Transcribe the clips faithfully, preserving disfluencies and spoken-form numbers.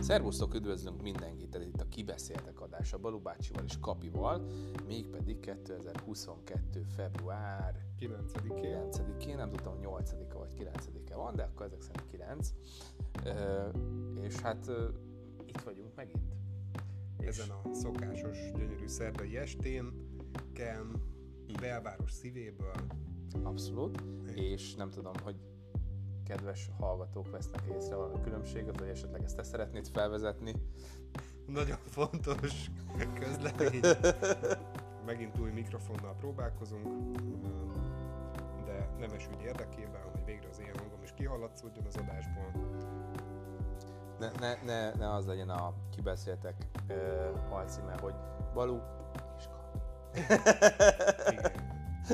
Szervusztok, üdvözlünk mindenkit, ez itt a Kibeszéltek adása Balú bácsival és Kapival, mégpedig kétezer-huszonkettő. február kilencedikén, nem tudtam, hogy nyolcadika vagy kilencedike van, de akkor ezek szerint kilenc. E, és hát e, itt vagyunk megint. Ezen a szokásos, gyönyörű szerdai estén, Ken, belváros szívéből. Abszolút, és nem tudom, hogy kedves hallgatók vesznek észre valami különbséget, vagy esetleg ezt te szeretnéd felvezetni. Nagyon fontos közlemény. Megint új mikrofonnal próbálkozunk, de nemes ügy érdekében, hogy végre az ilyen hangom is kihallatszódjon az adásból. Ne, ne, ne, ne az legyen a Kibeszéltek uh, alcíme, hogy Balú és Kapi. Igen.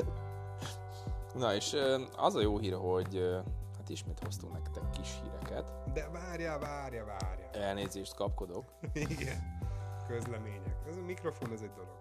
Na és uh, az a jó hír, hogy uh, hát ismét hoztunk nektek kis híreket. De várjál, várjál, várjál. Elnézést, kapkodok. Igen, közlemények. Ez a mikrofon, ez egy dolog.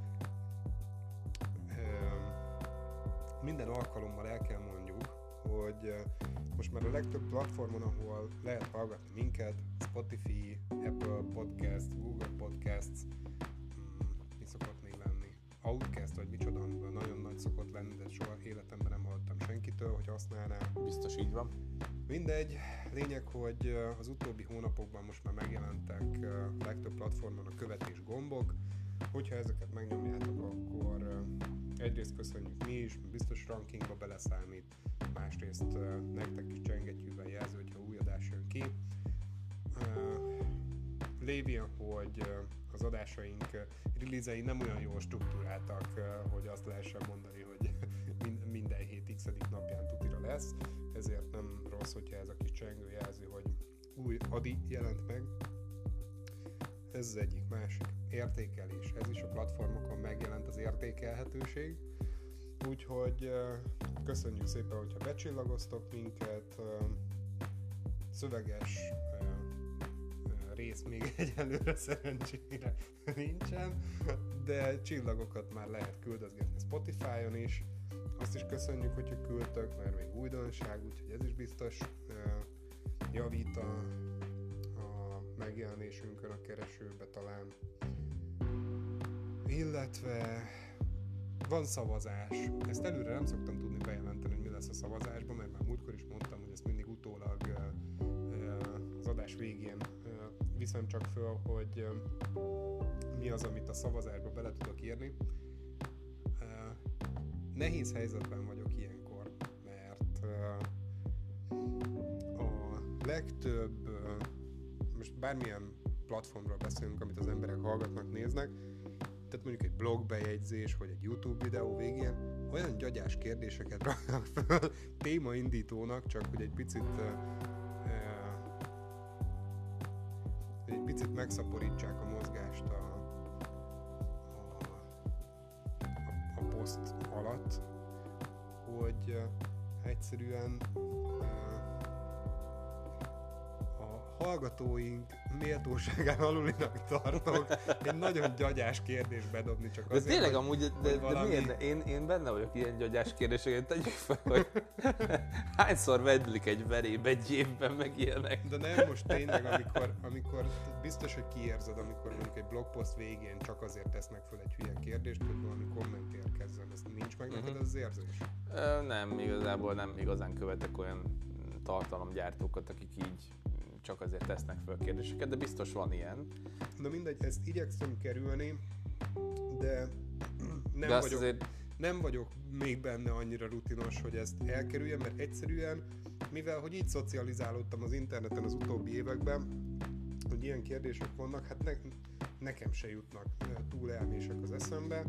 Minden alkalommal el kell mondjuk, hogy most már a legtöbb platformon, ahol lehet hallgatni minket, Spotify, Apple Podcast, Google Podcasts, mi szokott még lenni? Outcast, vagy micsoda, amiből nagyon nagy szokott lenni, de soha életemben nem hallottam senkitől, hogy használná. Biztos így van. Mindegy, lényeg, hogy az utóbbi hónapokban most már megjelentek a legtöbb platformon a követés gombok. Hogyha ezeket megnyomjátok, akkor egyrészt köszönjük mi is, biztos rankingba beleszámít, másrészt nektek is csengettyűvel jelző, hogyha új adás jön ki. Lévén, hogy az adásaink release-ei nem olyan jól struktúráltak, hogy azt lehessen mondani, hogy minden hét x-edik napján tutira lesz, ezért nem rossz, hogyha ez a kis csengő jelzi, hogy új adi jelent meg. Ez az egyik, másik értékelés. Ez is a platformokon megjelent az értékelhetőség. Úgyhogy köszönjük szépen, hogyha becsillagoztok minket. Szöveges rész még egyelőre szerencsére nincsen, de csillagokat már lehet küldözgetni Spotify-on is. Azt is köszönjük, hogyha küldtök, mert még újdonság, úgyhogy ez is biztos javít a, a megjelenésünkön a keresőbe talán. Illetve van szavazás. Ezt előre nem szoktam tudni bejelenteni, hogy mi lesz a szavazásban, mert már múltkor is mondtam, hogy ezt mindig utólag az adás végén viszem csak föl, hogy mi az, amit a szavazásba bele tudok írni. Nehéz helyzetben vagyok ilyenkor, mert a legtöbb, most bármilyen platformról beszélünk, amit az emberek hallgatnak, néznek, tehát mondjuk egy blogbejegyzés, vagy egy YouTube videó végén olyan gyagyás kérdéseket raknak föl témaindítónak, csak hogy egy picit egy picit megszaporítsák a mozgást a, a, a poszt alatt, hogy egyszerűen a hallgatóink méltóságán alulinak tartok. Egy nagyon gyagyás kérdés bedobni csak azért, de tényleg hogy, amúgy, de, hogy de valami... miért? Én, én benne vagyok ilyen gyagyás kérdéseket, tegyük fel, hogy hányszor vedlik egy veréb egy évben, meg ilyenek. De nem, most tényleg, amikor, amikor biztos, hogy kiérzed, amikor mondjuk egy blogpost végén csak azért tesznek föl egy hülye kérdést, hogy valami komment érkezzen. Ez nincs meg neked uh-huh. az érzés? Ö, nem, igazából nem igazán követek olyan tartalomgyártókat, akik így csak azért tesznek föl kérdéseket, de biztos van ilyen. Na mindegy, ezt igyekszem kerülni, de nem, de vagyok, azért... nem vagyok még benne annyira rutinos, hogy ezt elkerüljem, mert egyszerűen, mivel hogy így szocializálódtam az interneten az utóbbi években, hogy ilyen kérdések vannak, hát ne, nekem se jutnak túl elmések az eszembe.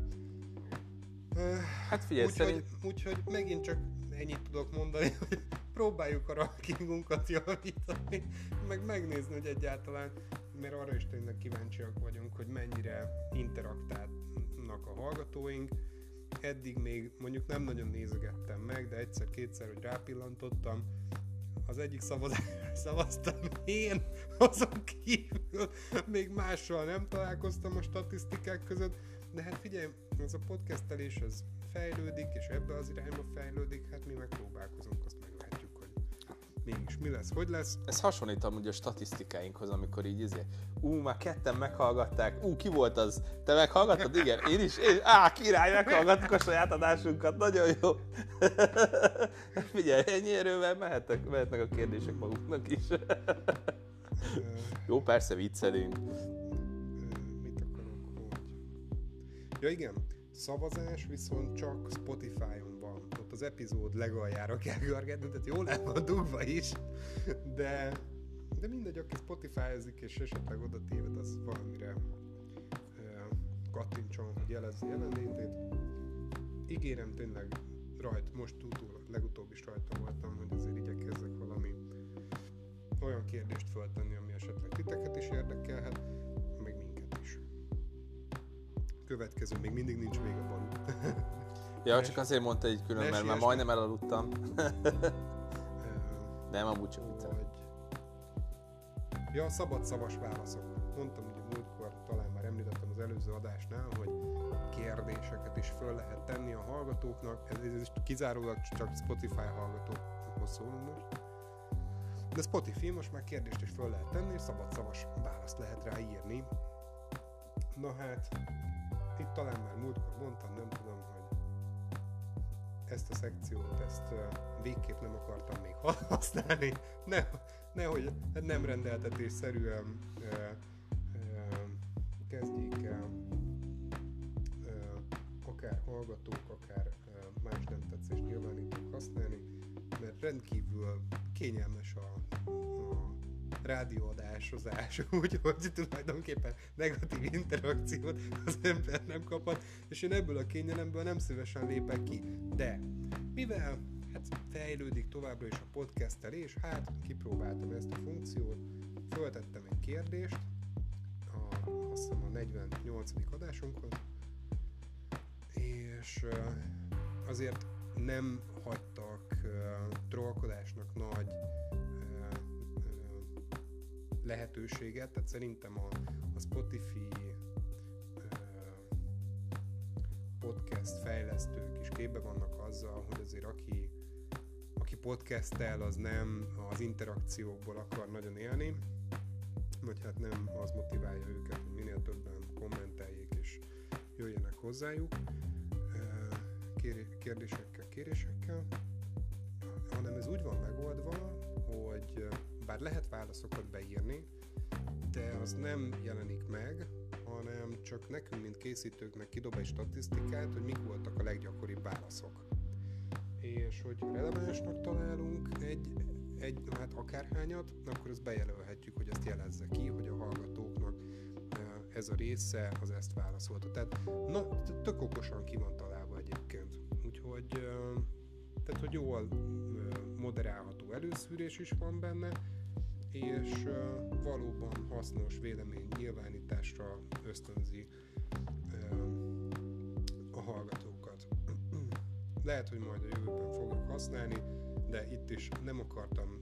Hát figyelj, úgyhogy, szerint... úgyhogy megint csak ennyit tudok mondani, hogy próbáljuk a rankingunkat javítani, meg megnézni, hogy egyáltalán, mert arra is tényleg kíváncsiak vagyunk, hogy mennyire interaktálnak a hallgatóink. Eddig még mondjuk nem nagyon nézegettem meg, de egyszer-kétszer, hogy rápillantottam, az egyik szavazásra szavaztam én, azon kívül még mással nem találkoztam a statisztikák között, de hát figyelj, ez a podcastelés ez fejlődik, és ebbe az irányba fejlődik, hát mi megpróbálkozunk, azt meglátjuk, hogy mégis mi lesz, hogy lesz. Ez hasonlít amúgy a statisztikáinkhoz, amikor így izé, ú, már ketten meghallgatták, ú, ki volt az? Te meghallgattad? Igen, én is, én, á, király, meghallgattuk a saját adásunkat, nagyon jó. Figyelj, ennyi erővel mehetnek, mehetnek a kérdések maguknak is. Jó, persze viccelünk. Mit akarok, hogy... Ja igen, szavazás viszont csak Spotify-on van. Ott az epizód legaljára kell gargetni, tehát jól el van dugva is, de, de mindegy, aki Spotify-ezik és esetleg oda téved, az valamire kattintson, hogy jelezze jelenlétét. Ígérem, tényleg rajt, most utól, legutóbb is rajta voltam, hogy azért igyekezzek valami olyan kérdést föltenni, ami esetleg titeket is érdekelhet, meg minket is. Következő, még mindig nincs vége Balú. Ja, csak azért mondta egy külön, mert már majdnem elaludtam. Nem, amúgy csak viccelek. Ja, szabad szavas válaszok. Mondtam, hogy múltkor talán már említettem az előző adásnál, hogy kérdéseket is föl lehet tenni a hallgatóknak. Ez, ez kizárólag csak Spotify hallgatókhoz szólunk most. De Spotify most már kérdést is föl lehet tenni, és szabad szavas választ lehet rá írni. Na hát, itt talán már múltkor mondtam, nem tudom, hogy ezt a szekciót, ezt uh, végképp nem akartam még használni. Ne, nehogy nem rendeltetésszerűen uh, uh, kezdjék el uh, akár hallgatók, akár uh, más nem tetszés nyilvánítók használni, mert rendkívül kényelmes a, a rádióadásozás, úgyhogy tulajdonképpen negatív interakciót az ember nem kaphat, és én ebből a kényelemből nem szívesen lépek ki. De mivel hát fejlődik továbbra is a podcastelés, hát kipróbáltam ezt a funkciót, föltettem egy kérdést, a, azt hiszem a negyvennyolcadik adásunkhoz, és azért nem hagytak uh, trollkodásnak nagy uh, uh, lehetőséget, tehát szerintem a, a Spotify uh, podcast fejlesztők is képbe vannak azzal, hogy azért aki, aki podcastel, az nem az interakciókból akar nagyon élni, vagy hát nem az motiválja őket, hogy minél többen kommenteljék és jöjjenek hozzájuk kérdésekkel, kérésekkel, hanem ez úgy van megoldva, hogy bár lehet válaszokat beírni, de az nem jelenik meg, hanem csak nekünk, mint készítőknek kidob egy statisztikát, hogy mik voltak a leggyakoribb válaszok. És hogy relevánsnak találunk egy, egy hát akárhányat, akkor azt bejelölhetjük, hogy ezt jelezze ki, hogy a hallgatóknak ez a része az ezt válaszolta. Tehát na, tök okosan ki van találva egyébként. Úgyhogy, tehát, hogy jól moderálható előszűrés is van benne, és valóban hasznos vélemény nyilvánításra ösztönzi a hallgatókat. Lehet, hogy majd a jövőben fogok használni, de itt is nem akartam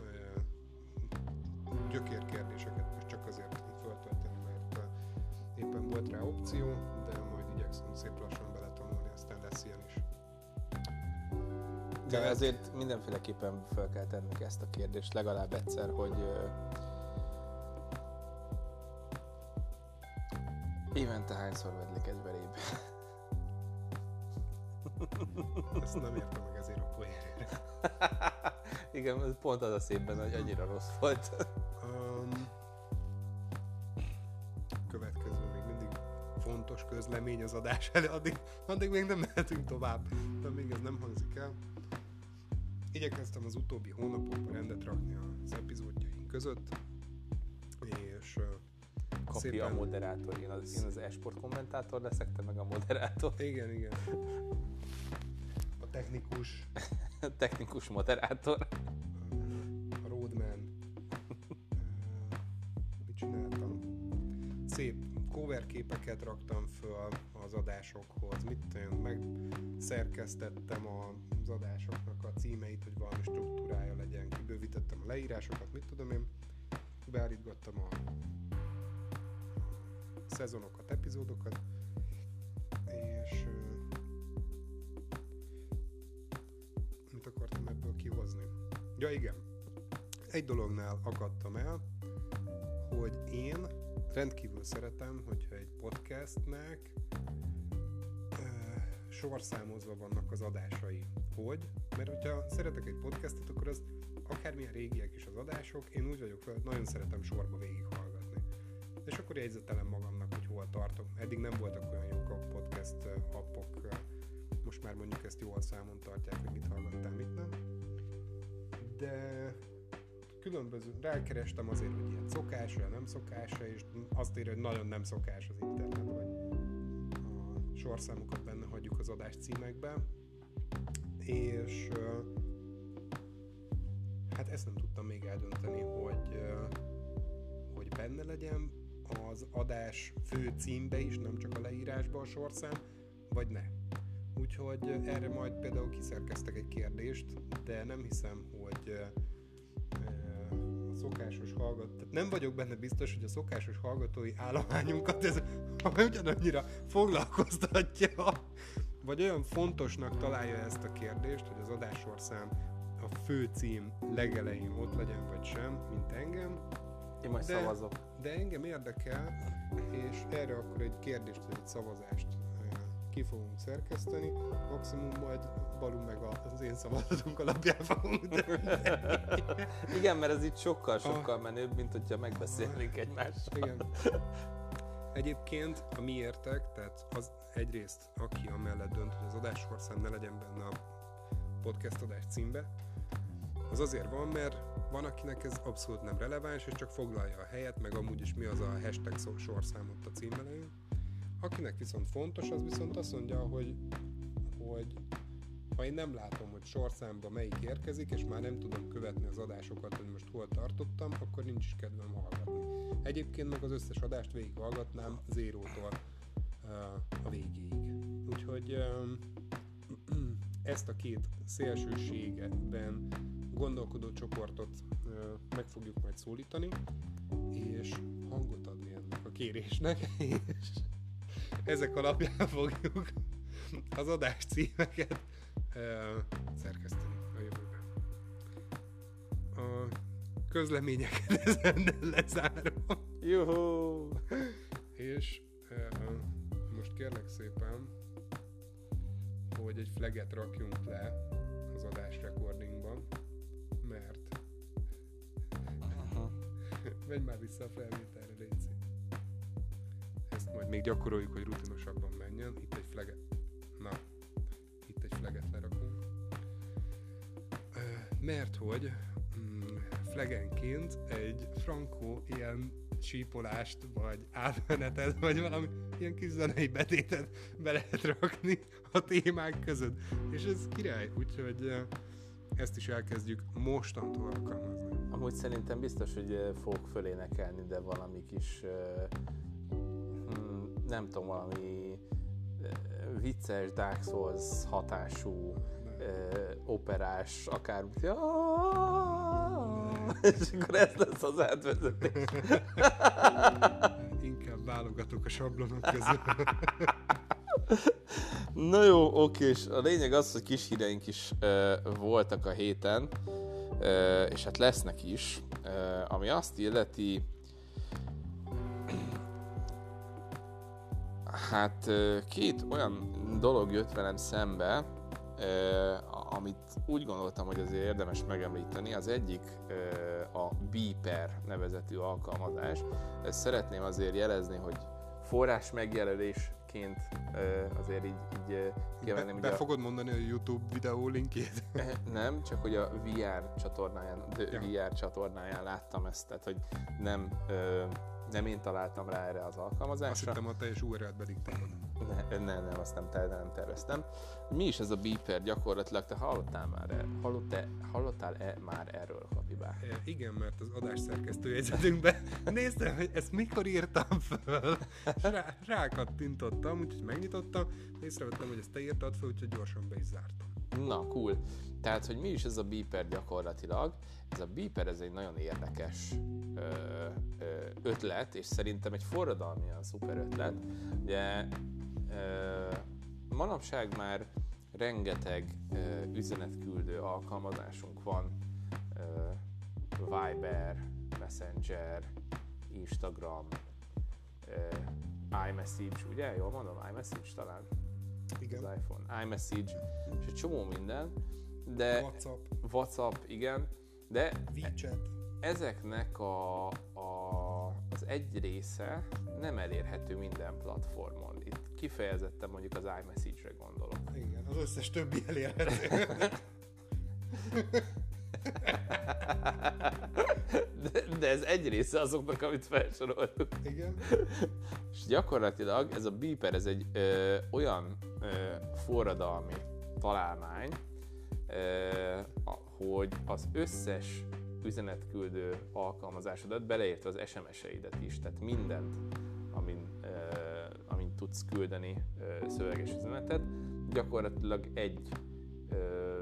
gyökérkérdéseket most csak azért föltölteni, mert éppen volt rá opció, de majd igyekszem szép lassan beletanulni, aztán lesz ilyen is. De azért mindenféleképpen fel kell tennünk ezt a kérdést legalább egyszer, hogy uh, évente hányszor vedlik egy belébe? Ezt nem értem meg ezért a poénért. Igen, ez pont az a szépben, hogy annyira rossz volt. um, következő még mindig fontos közlemény az adás elő, addig, addig még nem mehetünk tovább, de még ez nem hangzik el. Igyekeztem az utóbbi hónapokban rendet rakni az epizódjaink között, és uh, Kapi szépen... a moderátor, én az, én az e-sport kommentátor leszek, te meg a moderátor. Igen, igen. A technikus. A technikus moderátor. A roadman. Mit csináltam? Szép cover képeket raktam föl az adásokhoz, mit tudom, megszerkesztettem az adásoknak a címeit, hogy valami struktúrája legyen, kibővítettem a leírásokat, mit tudom én, beállítgattam a szezonokat, epizódokat, és mit akartam ebből kihozni? Ja igen, egy dolognál akadtam el, hogy én rendkívül szeretem, hogyha egy podcastnek uh, sorszámozva vannak az adásai. Hogy? Mert hogyha szeretek egy podcastot, akkor az akármilyen régiek is az adások, én úgy vagyok fel, nagyon szeretem sorba végighallgatni. És akkor jegyzetelem magamnak, hogy hol tartok. Eddig nem voltak olyan jók a podcast appok, most már mondjuk ezt jól számon tartják, hogy mit hallgattál, mit nem. De különböző, rákerestem azért, hogy ilyen szokás, olyan nem szokása, és azt írja, hogy nagyon nem szokás az internet, hogy a sorszámokat benne hagyjuk az adás címekbe. És hát ezt nem tudtam még eldönteni, hogy, hogy benne legyen az adás fő címbe is, nem csak a leírásba a sorszám, vagy ne. Úgyhogy erre majd például kiszerkeztek egy kérdést, de nem hiszem, hogy a szokásos hallgató, tehát nem vagyok benne biztos, hogy a szokásos hallgatói állományunkat ez ugyanannyira foglalkoztatja, vagy olyan fontosnak találja ezt a kérdést, hogy az adássorszám a fő cím legelején ott legyen, vagy sem, mint engem. Én majd de, szavazok. De engem érdekel, és erre akkor egy kérdést, vagy egy szavazást ki fogunk szerkeszteni. Maximum majd Balú meg az én szavazatunk alapján fogunk dönteni. Igen, mert ez itt sokkal-sokkal menőbb, mint hogyha megbeszélnénk egymással. Igen. Egyébként a miértek, tehát az egyrészt, aki amellett dönt, hogy az adássorszám ne legyen benne a podcast adás címbe, az azért van, mert van, akinek ez abszolút nem releváns, és csak foglalja a helyet, meg amúgy is mi az a hashtag sorszám ott a cím elején. Akinek viszont fontos, az viszont azt mondja, hogy, hogy ha én nem látom, hogy sorszámba melyik érkezik, és már nem tudom követni az adásokat, hogy most hol tartottam, akkor nincs is kedvem hallgatni. Egyébként meg az összes adást végighallgatnám zérótól uh, a végéig. Úgyhogy um, ezt a két szélsőségben gondolkodó csoportot uh, meg fogjuk majd szólítani, és hangot adni ennek a kérésnek, és ezek alapján fogjuk az adás címeket uh, szerkeszteni a jövőben. A közleményeket ezen lezárom. Juhú! És uh, most kérlek szépen, hogy egy flaget rakjunk le az adás recordingban, mert uh-huh. Menj már vissza a felvételre, légy. Ezt majd még gyakoroljuk, hogy rutinosabban menjen. Itt egy flaget. Na, itt egy flaget lerakunk. Uh, mert hogy mm, flagenként egy frankó ilyen sípolást, vagy átmenetet, vagy valami ilyen kis zenei betétet be lehet rakni a témák között. És ez király, úgyhogy uh, ezt is elkezdjük mostantól alkalmazni. Amúgy szerintem biztos, hogy fogok fölénekelni, de valami kis uh, nem tudom, valami vicces Dark Souls hatású uh, operás, akár és akkor ez lesz az átvezetés. Inkább válogatok a sablonok között. Na jó, oké, és a lényeg az, hogy kis híreink is uh, voltak a héten, uh, és hát lesznek is, uh, ami azt illeti, hát két olyan dolog jött velem szembe, amit úgy gondoltam, hogy azért érdemes megemlíteni. Az egyik a Beeper nevezetű alkalmazás. Ezt szeretném azért jelezni, hogy forrás megjelölésként azért így, így kiemelném. Be, be fogod mondani a YouTube videó linkjét? Nem, csak hogy a vé er csatornáján, ja. vé er csatornáján láttam ezt, tehát hogy nem... Nem én találtam rá erre az alkalmazásra. Azt hittem, a teljes u er el-t bediktálod. Ne, nem, nem, azt nem, nem terveztem. Mi is ez a Beeper gyakorlatilag? Te hallottál már el, hallottál, hallottál-e már erről, Kapibá? E, igen, mert az adásszerkesztő jegyzetünkben néztem, hogy ezt mikor írtam föl, és rá, rákattintottam, úgyhogy megnyitottam, észrevettem, hogy ezt te írtad föl, úgyhogy gyorsan be is zártam. Na, cool. Tehát, hogy mi is ez a Beeper gyakorlatilag? Ez a Beeper, ez egy nagyon érdekes ö, ö, ötlet, és szerintem egy forradalmian szuper ötlet. Ugye ö, manapság már rengeteg ö, üzenetküldő alkalmazásunk van ö, Viber, Messenger, Instagram, uh, iMessage, ugye? Jól mondom? iMessage talán? Igen. Az iPhone. iMessage, és egy csomó minden, de... WhatsApp. WhatsApp, igen, de... WeChat. Ezeknek a, a, az egy része nem elérhető minden platformon. Itt kifejezetten mondjuk az iMessage-re gondolok. Igen, az összes többi elérhető. de, de ez egy része azoknak, amit felsoroltuk. Igen. És gyakorlatilag ez a beeper, ez egy ö, olyan ö, forradalmi találmány, ö, hogy az összes üzenetküldő alkalmazásodat, beleértve az es em es-eidet is, tehát mindent, amin, uh, amin tudsz küldeni uh, szöveges üzenetet, gyakorlatilag egy uh,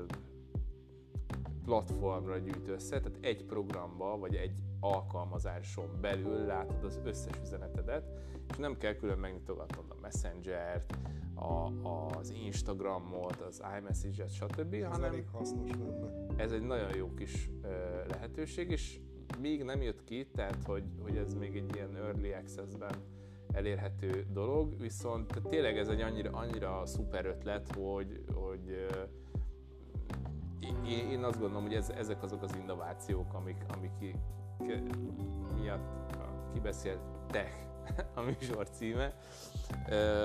platformra gyűjt össze, tehát egy programba, vagy egy alkalmazáson belül látod az összes üzenetedet, és nem kell külön megnyitogatnod a Messengert, a, az Instagramot, az iMessage-et, stb. Ez hanem elég hasznos lenne. ez egy nagyon jó kis ö, lehetőség, és még nem jött ki, tehát hogy, hogy ez még egy ilyen early access-ben elérhető dolog, viszont tényleg ez egy annyira, annyira szuper ötlet, hogy, hogy ö, én, én azt gondolom, hogy ez, ezek azok az innovációk, amik, amik miatt a kibeszélt tech a műsor címe. Ö,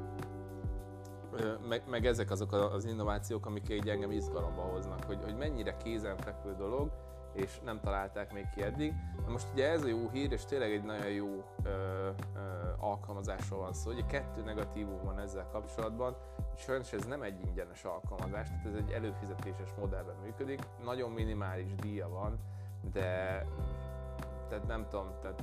Meg, meg ezek azok az innovációk, amik egy engem izgalomba hoznak, hogy, hogy mennyire kézenfekvő dolog, és nem találták még ki eddig. Na most ugye ez a jó hír, és tényleg egy nagyon jó ö, ö, alkalmazásról van szó. Ugye kettő negatívum van ezzel kapcsolatban, sajnos ez nem egy ingyenes alkalmazás, tehát ez egy előfizetéses modellben működik, nagyon minimális díja van, de tehát nem tudom, tehát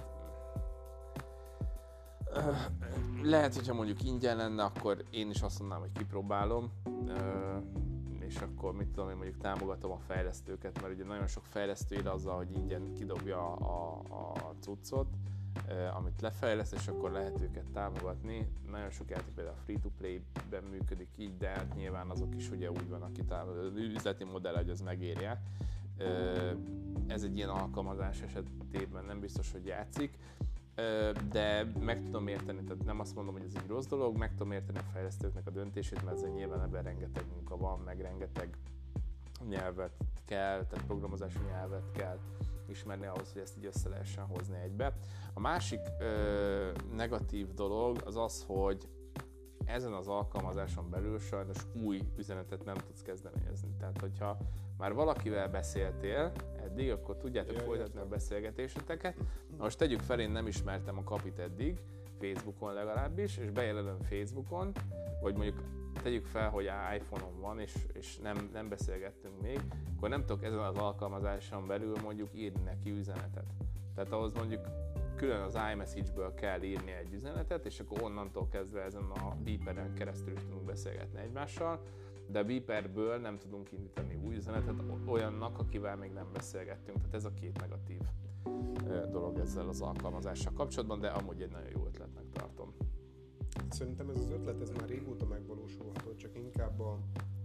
lehet, hogyha mondjuk ingyen lenne, akkor én is azt mondanám, hogy kipróbálom, és akkor mit tudom én, mondjuk támogatom a fejlesztőket, mert ugye nagyon sok fejlesztő él azzal, hogy ingyen kidobja a, a cuccot, amit lefejleszt, és akkor lehet őket támogatni. Nagyon sok játék például a free-to-play-ben működik így, de hát nyilván azok is ugye úgy vannak ki, az üzleti modell, hogy az megérje. Ez egy ilyen alkalmazás esetében nem biztos, hogy játszik, de meg tudom érteni, tehát nem azt mondom, hogy ez egy rossz dolog, meg tudom érteni a fejlesztőknek a döntését, mert ezzel nyilván ebben rengeteg munka van, meg rengeteg nyelvet kell, tehát programozási nyelvet kell ismerni ahhoz, hogy ezt így össze lehessen hozni egybe. A másik ö, negatív dolog az az, hogy ezen az alkalmazáson belül sajnos új üzenetet nem tudsz kezdeményezni. Tehát, hogyha már valakivel beszéltél eddig, akkor tudjátok Jaj, folytatni a beszélgetéseteket. Na most tegyük fel, én nem ismertem a Kapit eddig, Facebookon legalábbis, és bejelölöm Facebookon, vagy mondjuk tegyük fel, hogy iPhone-on van, és, és nem, nem beszélgettünk még, akkor nem tudok ezen az alkalmazáson belül mondjuk írni neki üzenetet. Tehát ahhoz mondjuk külön az iMessage-ből kell írni egy üzenetet, és akkor onnantól kezdve ezen a beeperen keresztül is tudunk beszélgetni egymással, de a beeperből nem tudunk indítani új üzenetet olyannak, akivel még nem beszélgettünk. Tehát ez a két negatív dolog ezzel az alkalmazással kapcsolatban, de amúgy egy nagyon jó ötletnek tartom. Szerintem ez az ötlet ez már régóta megvalósulható, csak inkább a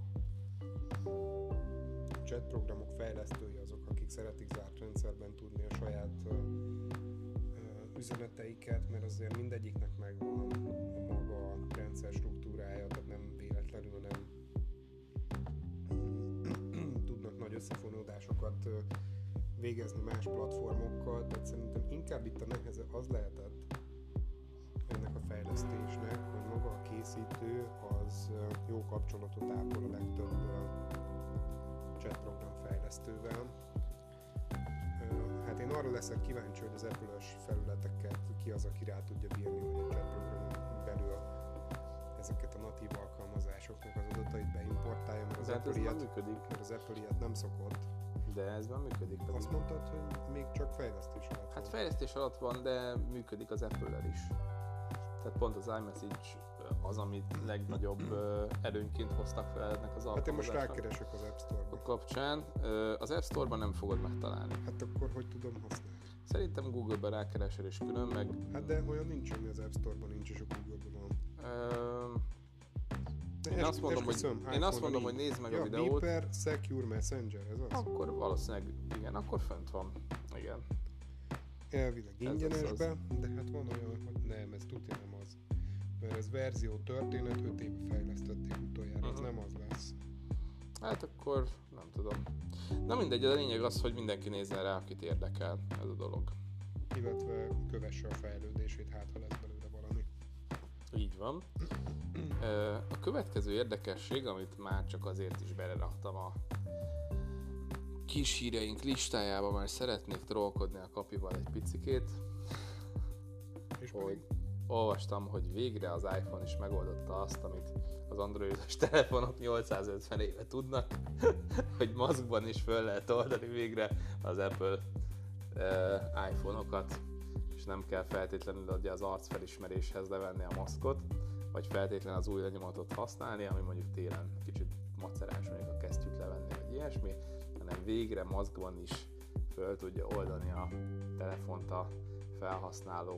chat programok fejlesztői azok, akik szeretik zárt rendszerben tudni a saját üzeneteiket, mert azért mindegyiknek megvan a maga rendszer struktúrája, tehát nem véletlenül nem tudnak nagy összefonódásokat végezni más platformokkal, tehát szerintem inkább itt a neheze az lehetett ennek a fejlesztésnek, hogy maga a készítő az jó kapcsolatot ápol a legtöbb chat program fejlesztővel. Hát én arra leszek kíváncsi, hogy az Apple-ös felületeket ki az, aki rá tudja bírni, hogy a chat programon belül ezeket a natív alkalmazásoknak az adatait beimportálja, mert az, Apple ilyet, működik. mert az Apple ilyet nem szokott. De ez már működik. Pedig. Azt mondtad, hogy még csak fejlesztés alatt van. Hát fejlesztés alatt van, de működik az Apple-el is. Tehát pont az iMessage az, amit legnagyobb előnyként hoztak fel ennek az alkalmazásnak. Hát én most rákeresek az App Store-ba. A kapcsán. Az App Store-ban nem fogod megtalálni. Hát akkor hogy tudom használni? Szerintem Google-ben rákeresel és külön meg... Hát de olyan nincs, ami az App Store-ban nincs és a Google-ban van. Ö... Én azt mondom, hogy, én azt mondom, hogy nézd meg ja, a videót. Viper Secure Messenger, ez az? Akkor valószínűleg, igen, akkor fönt van. Igen. Elvileg ingyenesbe, de hát van olyan, hogy nem, ez tuti nem az. Mert ez verzió történet, öt éve fejlesztették utoljára, uh-huh. ez nem az lesz. Hát akkor nem tudom. Na mindegy, a lényeg az, hogy mindenki nézzen rá, akit érdekel ez a dolog. Illetve kövesse a fejlődését, hát ha lesz belőle valami. Így van. A következő érdekesség, amit már csak azért is beleraktam a kis híreink listájába, mert szeretnék trollkodni a kapival egy picikét, és hogy pedig? olvastam, hogy végre az iPhone is megoldotta azt, amit az androidos telefonok nyolcszázötven éve tudnak, hogy maszkban is föl lehet oldani végre az Apple uh, iPhone-okat, és nem kell feltétlenül ugye az arcfelismeréshez levenni a maszkot, vagy feltétlenül az új lenyomatot használni, ami mondjuk télen kicsit macerás, mondjuk a kesztyűt levenni, vagy ilyesmi, hanem végre maszkban is föl tudja oldani a telefont a felhasználó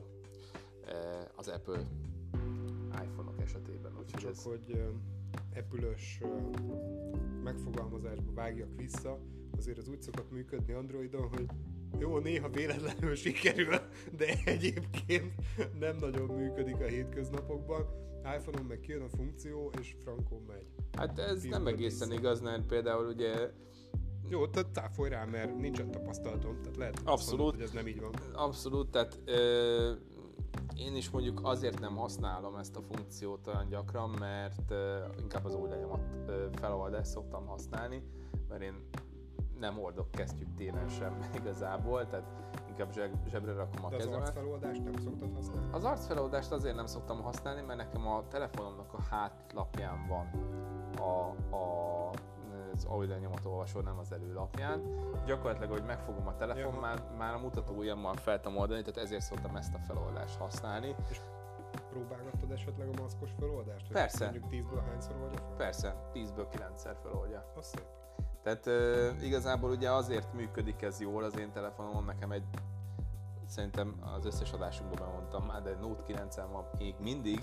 az Apple iPhone-ok esetében. Úgyhogy csak ez... hogy uh, Apple-ös uh, megfogalmazásba vágjak vissza, azért az úgy szokott működni Androidon, hogy jó, néha véletlenül sikerül, de egyébként nem nagyon működik a hétköznapokban. iPhone-on meg kijön a funkció, és frankon megy. Hát ez Tíz nem egészen tíz. Igaz, mert például ugye... Jó, tehát cáfolj rá, mert nincsen tapasztalatom, tehát lehet, abszolút, mondod, hogy ez nem így van. Abszolút, tehát ö, én is mondjuk azért nem használom ezt a funkciót olyan gyakran, mert ö, inkább az új lenyomat ö, feloldást szoktam használni, mert én nem oldok kesztyűt télen sem igazából, tehát inkább zsebre rakom a de kezemet. az arcfeloldást nem szoktad használni? Az arcfeloldást azért nem szoktam használni, mert nekem a telefonomnak a hátlapján van a, a, az új lenyomat olvasó, nem az előlapján. Gyakorlatilag, hogy megfogom a telefon, ja. már, már a mutató ujjammal fel tudom oldani, tehát ezért szoktam ezt a feloldást használni. És próbálgattad esetleg a maszkos feloldást? Persze. Mondjuk tízből hányszor oldja fel? Persze, tízből kilencszer feloldja. Az szép. Tehát e, igazából ugye azért működik ez jól az én telefonomon, nekem egy, szerintem az összes adásunkban bemondtam már, de Note kilencen van még mindig.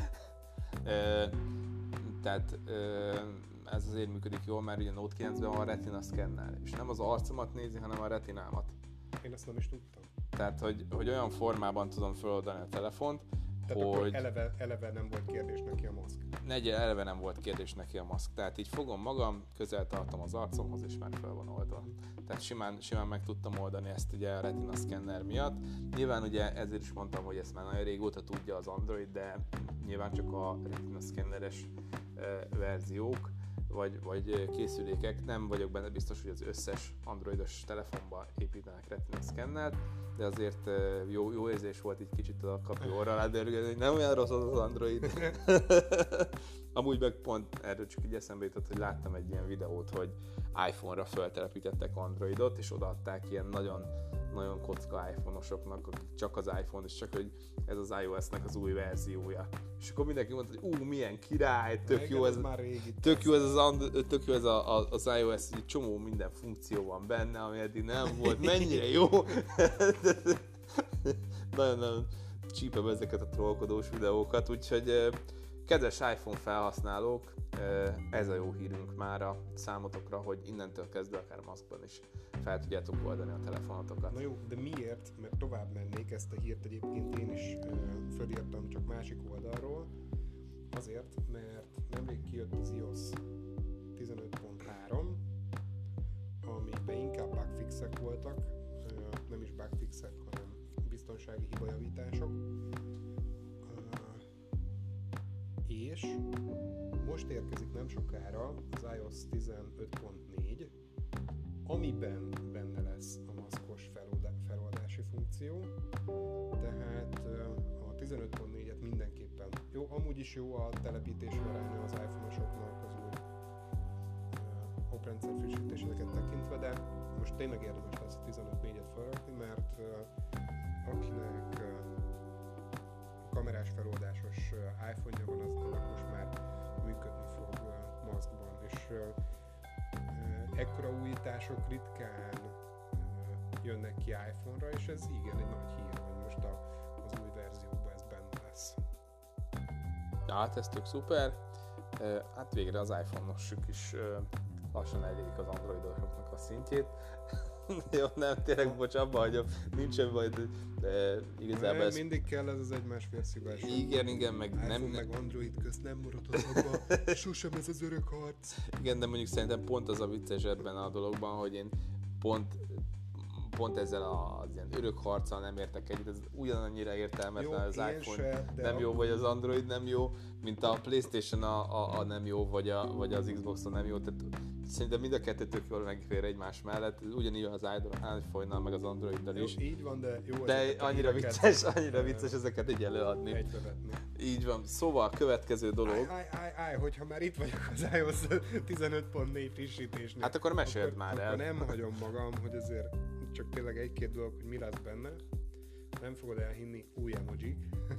e, tehát e, ez azért működik jól, mert ugye Note kilencben van a Retina szkennel, és nem az arcomat nézi, hanem a retinámat. Én ezt nem is tudtam. Tehát, hogy, hogy olyan formában tudom feloldani a telefont, tehát hogy... akkor eleve, eleve nem volt kérdés neki a maszk. Negye, eleve nem volt kérdés neki a maszk. Tehát így fogom magam, közel tartom az arcomhoz, és már fel van oldva. Tehát simán, simán meg tudtam oldani ezt ugye a Retina Scanner miatt. Nyilván ugye ezért is mondtam, hogy ezt már nagyon régóta tudja az Android, de nyilván csak a Retina Scanneres e, verziók, vagy, vagy készülékek. Nem vagyok benne biztos, hogy az összes androidos telefonba építenek Retina Scannert, de azért jó, jó érzés volt így kicsit a kapi orra alá dörgölni, hogy nem olyan rossz az az Android. Amúgy meg pont erről csak így eszembe jutott, hogy láttam egy ilyen videót, hogy iPhone-ra feltelepítettek Androidot, és odaadták ilyen nagyon, nagyon kocka iPhone-osoknak, akik csak az iPhone, és csak hogy ez az iOS-nek az új verziója. És akkor mindenki mondta, hogy ú, milyen király, tök jó ez, tök jó ez, az, And- tök jó ez a, a, az iOS, egy csomó minden funkció van benne, ami eddig nem volt, mennyire jó. Nagyon-nagyon csípem ezeket a trollkodós videókat, úgyhogy kedves iPhone felhasználók, ez a jó hírünk már a számotokra, hogy innentől kezdve akár maszkban is fel tudjátok oldani a telefonotokat. Na jó, de miért? Mert tovább mennék, ezt a hírt egyébként én is fölírtam, csak másik oldalról. Azért, mert nemrég kijött az iOS tizenöt pont három, amiben inkább bugfixek voltak, nem is bugfixek, hanem biztonsági hibajavítások. És most érkezik nem sokára az iOS tizenöt pont négy, amiben benne lesz a maszkos feloldási funkció, tehát a tizenöt pont négyet mindenképpen jó, amúgy is jó a telepítési aránya az iPhone-osoknak az új oprendszer frissítéseket tekintve, de most tényleg érdemes lesz a tizenöt pont négyet felrakni, mert akinek kamerás feloldásos iPhone-ja van, az annak most már működni fog uh, maszkban, és uh, uh, ekkora újítások ritkán uh, jönnek ki iPhone-ra, és ez igen egy nagy hír, hogy most a, az új verzióban ez benne lesz. Ja, hát ez tök szuper. Hát végre az iPhone-osuk is lassan elérik az androidosoknak a szintjét. Jó, nem, tényleg, bocs, abba hagyom, nincsen baj, de igazából nem, ez... mindig kell ez az egymás félszívás. Igen, igen, meg iPhone nem... meg Android közt nem maradhat abba, sosem ez az örök harc. Igen, de mondjuk szerintem pont az a vicces ebben a dologban, hogy én pont pont ezzel az ilyen örök harccal nem értek egyet, ez ugyanannyira értelmetlen, jó, az iPhone se, nem jó, vagy az Android nem jó, mint a PlayStation a, a, a nem jó, vagy, a, vagy az Xbox a nem jó, tehát szerintem mind a kettő tök jól megfér egymás mellett, ugyanígy az iPhone-nal, meg az Androiddal is. Jó, így van, de jó. De annyira vicces, annyira vicces ezeket így előadni. Egybevetni. Így van. Szóval a következő dolog. Áj, áj, áj, áj, hogyha már itt vagyok az iOS tizenöt pont négy frissítésnél. Hát akkor meséld akkor, már el. Akkor nem hagyom magam, hogy azért csak tényleg egy-két dolog, hogy mi lesz benne. Nem fogod elhinni, új emojik.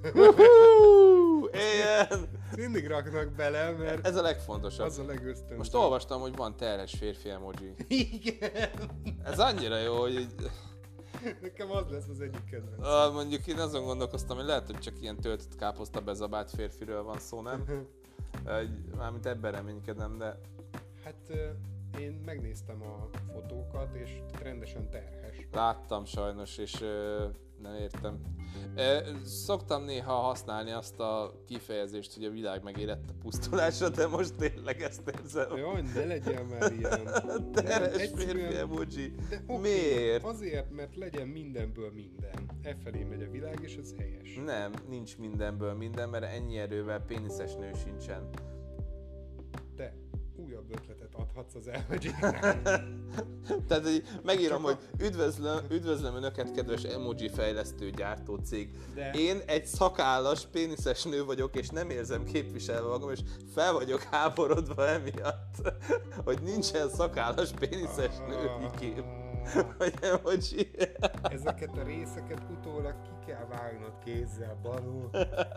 Ilyen! Mindig raknak bele, mert ez a legfontosabb. az a legösztönzőbb. Most olvastam, hogy van terhes férfi emoji. Igen! Ez annyira jó, hogy így... Nekem az lesz az egyik kedvenc. Ah, mondjuk én azon gondolkoztam, hogy lehet, hogy csak ilyen töltött káposzta bezabált férfiről van szó, nem? Mármint ebben reménykedem, de... Hát én megnéztem a fotókat, és rendesen terhes. Láttam sajnos, és ö, nem értem. Ö, szoktam néha használni azt a kifejezést, hogy a világ megérett a pusztulásra, de most tényleg ezt érzem. Jaj, ne legyen már ilyen. Terhes férfi emoji. De okay, miért? Azért, mert legyen mindenből minden. E felé megy a világ, és ez helyes. Nem, nincs mindenből minden, mert ennyi erővel péniszes nő sincsen. De újabb ötletet adhatsz az emojiknek. Tehát, hogy megírom, Csak hogy üdvözlöm, üdvözlöm Önöket, kedves emoji fejlesztő gyártó cég. De... Én egy szakállas, péniszes nő vagyok, és nem érzem képviselve magam, és fel vagyok háborodva emiatt, hogy nincsen szakállas, péniszes női kép. Vagy emoji. Ezeket a részeket utólag ki kell vágnod kézzel, balul.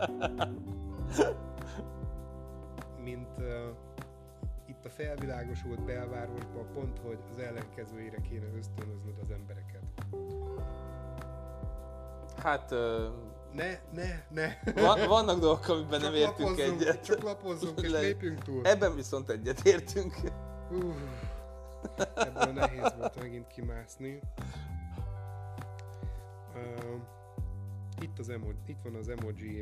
Mint... Uh... Itt a felvilágosult belvárosban pont, hogy az ellenkezőjére kéne ösztönöznöd az embereket. Hát... Uh, ne, ne, ne! Van, vannak dolgok, amiben csak nem értünk lapozzunk, egyet. Csak lapozzunk és Le, lépünk túl. Ebben viszont egyet értünk. Uh, ebből nehéz volt megint kimászni. Uh, itt, az emoji, itt van az emoji uh,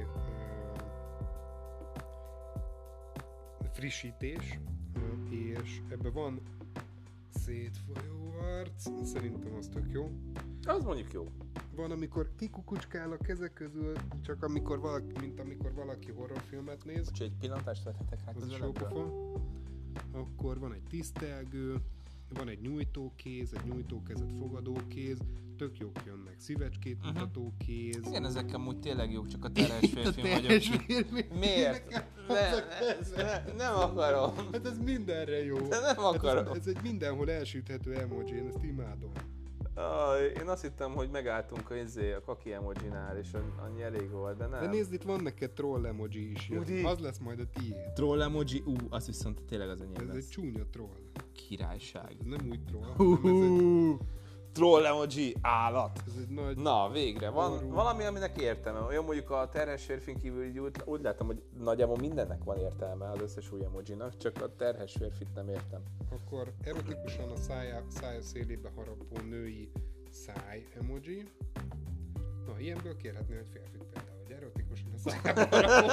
frissítés. És ebben van szétfolyó arc, szerintem az tök jó. Az mondjuk jó. Van, amikor kikukucskál a kezek közül, csak amikor valaki, mint amikor valaki horrorfilmet néz. Úgyhogy egy pillantást vettetek rá az a Akkor van egy tisztelgő, van egy nyújtókéz, egy nyújtókezet fogadókéz, tök jók jönnek, szívecskét uh-huh. mutató kéz. Igen, ezek amúgy tényleg jók, csak a terhes férfi vagyok. Miért? Ne, ne, nem akarom. Hát ez mindenre jó. De nem akarom. Hát ez, ez egy mindenhol elsüthető emoji, én ezt imádom. Ah, én azt hittem, hogy megálltunk a, izé, a kaki emojinál, és annyi elég volt, de nem. De nézd, itt van neked troll emoji is. Udi. Az lesz majd a tiéd. Troll emoji? Ú, az viszont tényleg az enyém Ez lesz. egy csúnya troll. Királyság. Ez nem úgy troll, uh-huh. hanem ez egy... Troll emoji, állat. Ez egy nagy... Na, végre. Van Orrú. Valami, aminek értelme. Olyan mondjuk a terhes férfin kívül így úgy, úgy látom, hogy nagyjából mindennek van értelme az összes új emojinak, csak a terhes férfit nem értem. Akkor erotikusan a szája, szája szélébe harapó női száj emoji. Na, ilyenből kérhetnél egy férfit például, hogy erotikusan a szájába harapó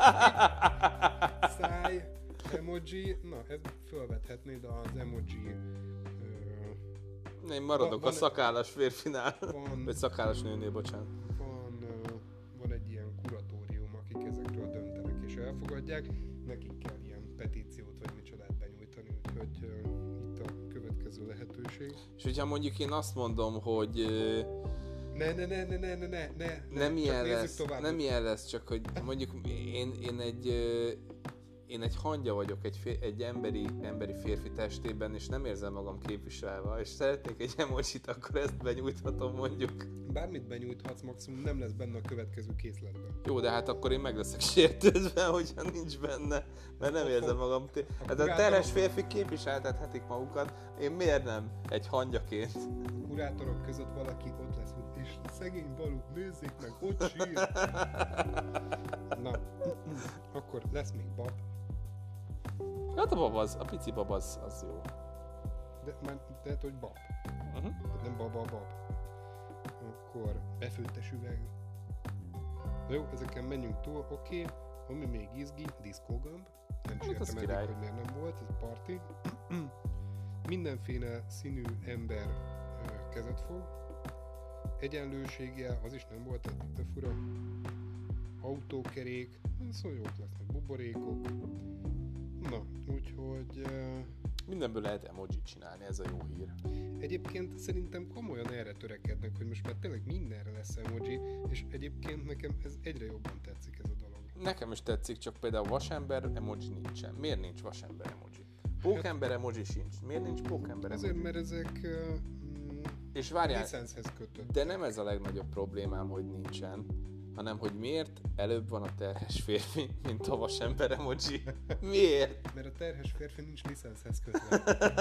száj emoji. Na, ez fölvethetnéd az emoji... Én maradok van, a szakállas férfinál, van, vagy szakállas nőnél, bocsánat. Van, van egy ilyen kuratórium, akik ezekről döntenek és elfogadják. Nekik kell ilyen petíciót vagy micsodát benyújtani, úgyhogy uh, itt a következő lehetőség. És hogyha mondjuk én azt mondom, hogy... Uh, ne, ne, ne, ne, ne, ne, ne, ne, nem ilyen lesz, nem ilyen lesz, csak hogy mondjuk én, én egy... Uh, Én egy hangya vagyok egy, fér, egy emberi, emberi férfi testében, és nem érzem magam képviselve, és szeretnék egy emojit, akkor ezt benyújthatom mondjuk. Bármit benyújthatsz, maximum nem lesz benne a következő készletben. Jó, de hát akkor én meg leszek sértődve, hogyha nincs benne, mert nem érzem magam. T- hát a terhes férfi képviseltethetik magukat, én miért nem egy hangyaként? A kurátorok között valaki ott lesz, és szegény Baluk, nézzék meg, ott sír. Na, akkor lesz még bab. Hát a bab az, a pici bab az, az jó. De már tehát, hogy bab. Uh-huh. Tehát nem baba a bab. Akkor befőttes üveg. Na jó, ezeken menjünk túl, oké. Okay. Ami még izgi, diszkógömb. Nem is értem eddig, hogy miért nem volt, ez parti. Mindenféle színű ember ö, kezet fog. Egyenlősége, az is nem volt eddig, de fura. Autókerék, szóval jók lesznek, buborékok. Na, úgyhogy... Uh, mindenből lehet emojit csinálni, ez a jó hír. Egyébként szerintem komolyan erre törekednek, hogy most már tényleg mindenre lesz emoji, és egyébként nekem ez egyre jobban tetszik ez a dolog. Nekem is tetszik, csak például vasember emoji nincsen. Miért nincs vasember emoji? Pókember emoji sincs. Miért nincs pókember emoji? Azért, mert ezek uh, és várjál, licenszhez kötött. De nem ez a legnagyobb problémám, hogy nincsen, hanem hogy miért előbb van a terhes férfi, mint a vasember emoji. Miért? Mert a terhes férfi nincs licenszhez kötve.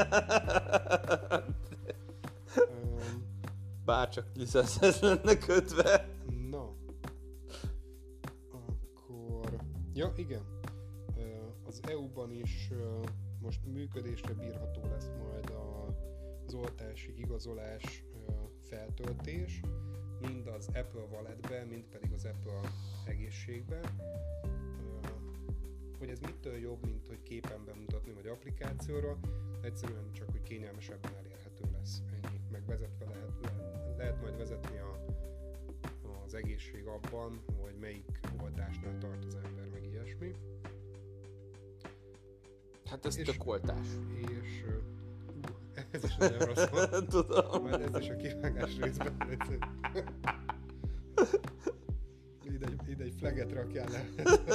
um, Bárcsak licenszhez lenne kötve. Na. Akkor... Ja, igen. Az é u-ban is most működésre bírható lesz majd az oltási igazolás feltöltés, mind az Apple Walletbe, mind pedig az Apple egészségbe. Hogy ez mitől jobb, mint hogy képen bemutatni, vagy applikációra, egyszerűen csak, hogy kényelmesebben elérhető lesz. Ennyi. Meg vezetve lehet, lehet, lehet majd vezetni a, az egészség abban, hogy melyik oltásnál tart az ember, meg ilyesmi. Hát ez és, tök oltás. És uh, ez is nagyon rossz volt. Tudom. Majd ez is a kivágás részben. Ide egy, ide egy flaget rakjál le.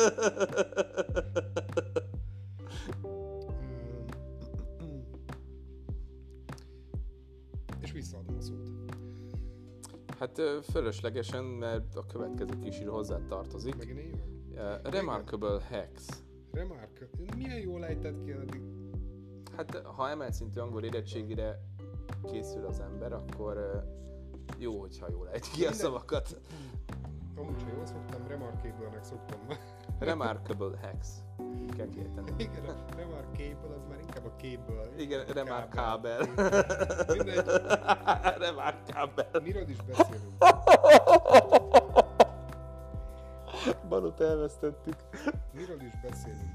És visszaadom a szót. Hát fölöslegesen, mert a következő kísérő hozzá tartozik. Megint én jövök? Uh, Remarkable Hacks. Remarkable? Milyen jól ejtett ki eddig? Hát ha emelt szintű angol érettségire készül az ember, akkor jó, hogyha jól ejt ki a szavakat. Amúgy, ha jól szoktam, Remarkable-nek szoktam. Remarkable Hacks. Így kell kiejteni. Igen, a Remarkable az már inkább a cable. Igen, Remarkable. Mindegy. Remarkable. Miről is beszélünk? Banut elvesztettük. Miről is beszélünk?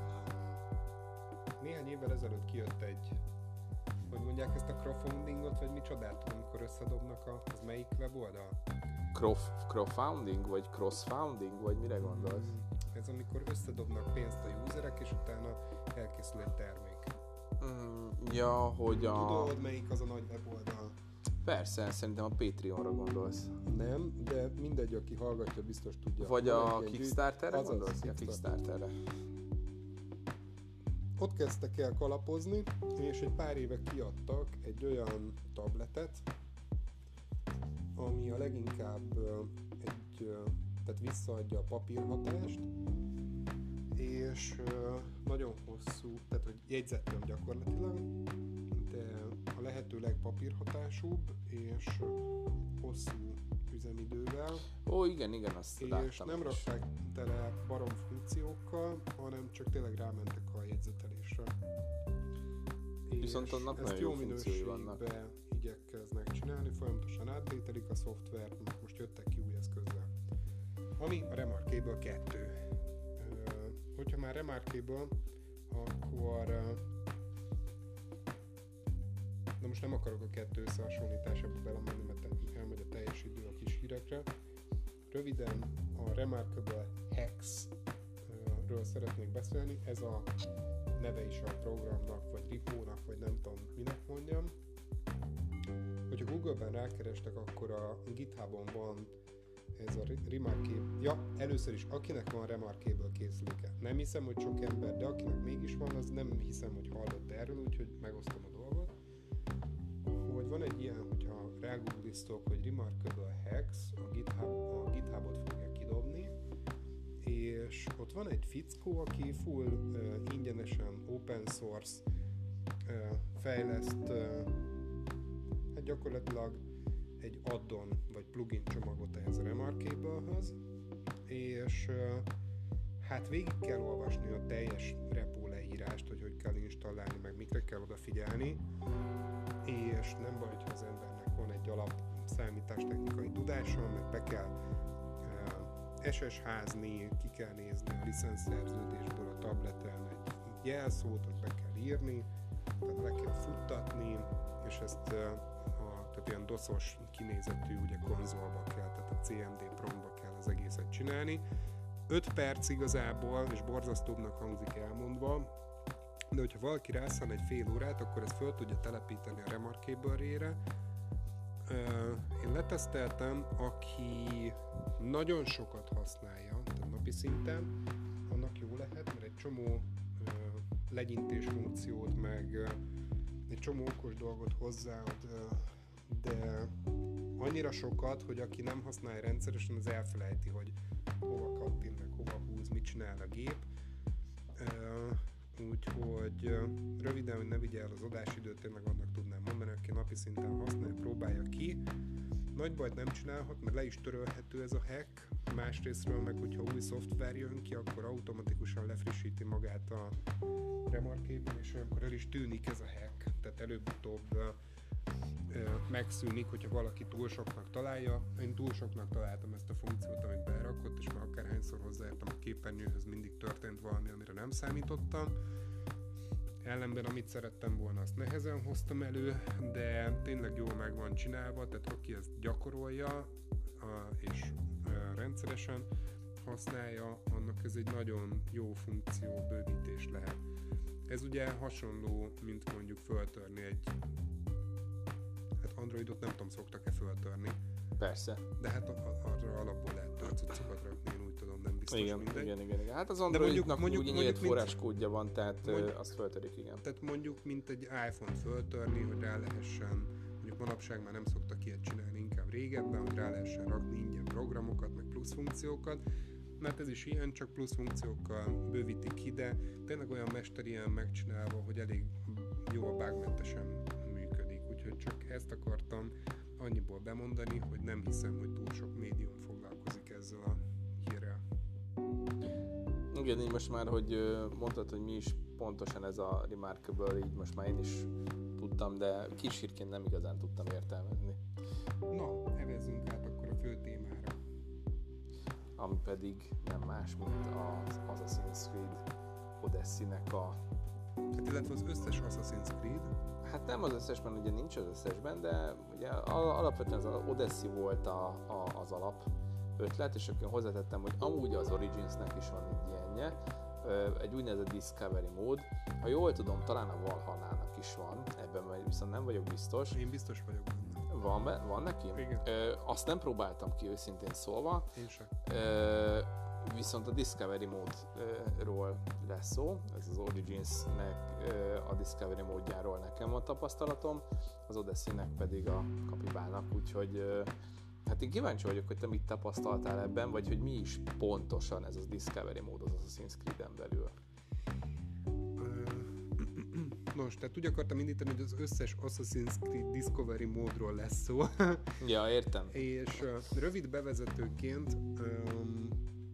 Néhány évvel ezelőtt kijött egy, hogy mondják ezt a crowdfundingot, vagy micsodát, amikor összedobnak a, az melyik weboldal? Crowdfunding, vagy crossfunding, vagy mire gondolsz? Ez amikor összedobnak pénzt a userek, és utána elkészül egy termék. Mm, ja, hogy a... Tudod, melyik az a nagy weboldal? Persze, szerintem a Patreonra gondolsz. Nem, de mindegy, aki hallgatja, biztos tudja. Vagy a Kickstarterre gondolsz? A Kickstarterre. Ott kezdtek el kalapozni, és egy pár éve kiadtak egy olyan tabletet, ami a leginkább egy, tehát visszaadja a papírhatást, és nagyon hosszú, tehát hogy jegyzettöm gyakorlatilag, de a lehető legpapírhatásúbb, és hosszú üzemidővel. Ó, igen, igen, azt láttam. És nem rakták tele barom funkciókkal, hanem csak tényleg rámentek a jegyzetelésre. Viszont annak ezt nagyon jó jó funkciói vannak. igyekeznek csinálni, folyamatosan update-elik a szoftvert, mert most jöttek ki új eszközzel. Ami a Remarkable kettő. Hogyha már Remarkable, akkor de most nem akarok a kettő összehasonlításába belemenni, mert elmegy a teljes idő a kis hírekre. Röviden a Remarkable Hacks-ről szeretnék beszélni. Ez a neve is a programnak, vagy ripónak, vagy nem tudom, minek mondjam. Hogyha Google-ben rákerestek, akkor a GitHub-on van ez a Remarkable. Ja, először is, akinek van Remarkable készüléke. Nem hiszem, hogy sok ember, de akinek mégis van, az nem hiszem, hogy hallott erről, úgyhogy megosztom a dolgot. Hogy van egy ilyen, hogyha rágoogliztok, hogy Remarkable Hacks, a, GitHub, a GitHubot fogja kidobni, és ott van egy fickó, aki full uh, ingyenesen open source uh, fejleszt uh, hát gyakorlatilag egy add-on vagy plugin csomagot ehhez a Remarkable-höz, és uh, hát végig kell olvasni a teljes repó leírást, leírást, hogy hogy kell installálni, meg mikre kell odafigyelni, és nem baj, ha az embernek van egy alap számítástechnikai tudása, mert be kell uh, es es házni, ki kell nézni a licenszerződésből a tableten egy jelszót, azt be kell írni, tehát le kell futtatni, és ezt uh, a, tehát ilyen doszos kinézetű ugye konzolba kell, tehát a cé em dé promptba kell az egészet csinálni. öt perc igazából, és borzasztóbbnak hangzik elmondva, de hogyha valaki rászán egy fél órát, akkor ezt föl tudja telepíteni a Remarkable-re. Én leteszteltem, aki nagyon sokat használja, tehát napi szinten, annak jó lehet, mert egy csomó legyintés funkciót, meg egy csomó okos dolgot hozzáad, de annyira sokat, hogy aki nem használja rendszeresen, az elfelejti, hogy hova kattint, meg hova húz, mit csinál a gép. Úgyhogy röviden, hogy ne vigye el az adásidőt, tényleg annak tudnám mondani, aki napi szinten használja, próbálja ki. Nagy bajt nem csinálhat, mert le is törölhető ez a hack. Másrésztről meg, hogyha új szoftver jön ki, akkor automatikusan lefrissíti magát a Remarkable, és olyankor el is tűnik ez a hack. Tehát előbb-utóbb megszűnik, hogyha valaki túl soknak találja. Én túl soknak találtam ezt a funkciót, amit berakott, és már akárhányszor hozzáértem a képernyőhöz, mindig történt valami, amire nem számítottam. Ellenben, amit szerettem volna, azt nehezen hoztam elő, de tényleg jól meg van csinálva, tehát aki ezt gyakorolja és rendszeresen használja, annak ez egy nagyon jó funkció, bővítés lehet. Ez ugye hasonló, mint mondjuk föltörni egy Androidot, nem tudom, szoktak-e föltörni. Persze. De hát arra alapból lehet törcucokat rakni, én úgy tudom, nem biztos igen, mindegy. Igen, igen, igen. Hát az Androidnak mondjuk, úgy nyílt forráskódja van, tehát mondjuk, azt föltörik, igen. Tehát mondjuk, mint egy iPhone-t föltörni, hogy rá lehessen, mondjuk manapság már nem szoktak ilyet csinálni, inkább régebben, hogy rá lehessen rakni ingyen programokat, meg plusz funkciókat, mert ez is ilyen, csak plusz funkciókkal bővítik ki, de tényleg olyan mesterien megcsinálva, hogy elég jó a bugmentesen működik. Úgyhogy csak ezt akartam annyiból bemondani, hogy nem hiszem, hogy túl sok médium foglalkozik ezzel a hírrel. Igen, így most már, hogy mondtad, hogy mi is pontosan ez a Remarkable, így most már én is tudtam, de kis hírként nem igazán tudtam értelmezni. Na, evezzünk át akkor a fő témára. Ami pedig nem más, mint az Assassin's Creed Odyssey-nek a... Hát illetve az összes Assassin's Creed. Hát nem az összesben, ugye nincs az összesben, de ugye alapvetően az Odyssey volt a, a, az alap ötlet, és akkor hozzátettem, hogy amúgy az Originsnek is van egy ilyenje, egy úgynevezett Discovery mód. Ha jól tudom, talán a Valhallának is van, ebben viszont nem vagyok biztos. Én biztos vagyok benne. Van, be, van neki? Igen. Ö, azt nem próbáltam ki őszintén szólva. Én sem. Ö, viszont a Discovery módról lesz szó. Ez az Originsnek a Discovery módjáról nekem van tapasztalatom, az Odyssey-nek pedig a Kapibának, úgyhogy hát én kíváncsi vagyok, hogy te mit tapasztaltál ebben, vagy hogy mi is pontosan ez a Discovery mód az Assassin's Creed-en belül. Nos, tehát úgy akartam indítani, hogy az összes Assassin's Creed Discovery módról lesz szó. Ja, értem. És uh, rövid bevezetőként um,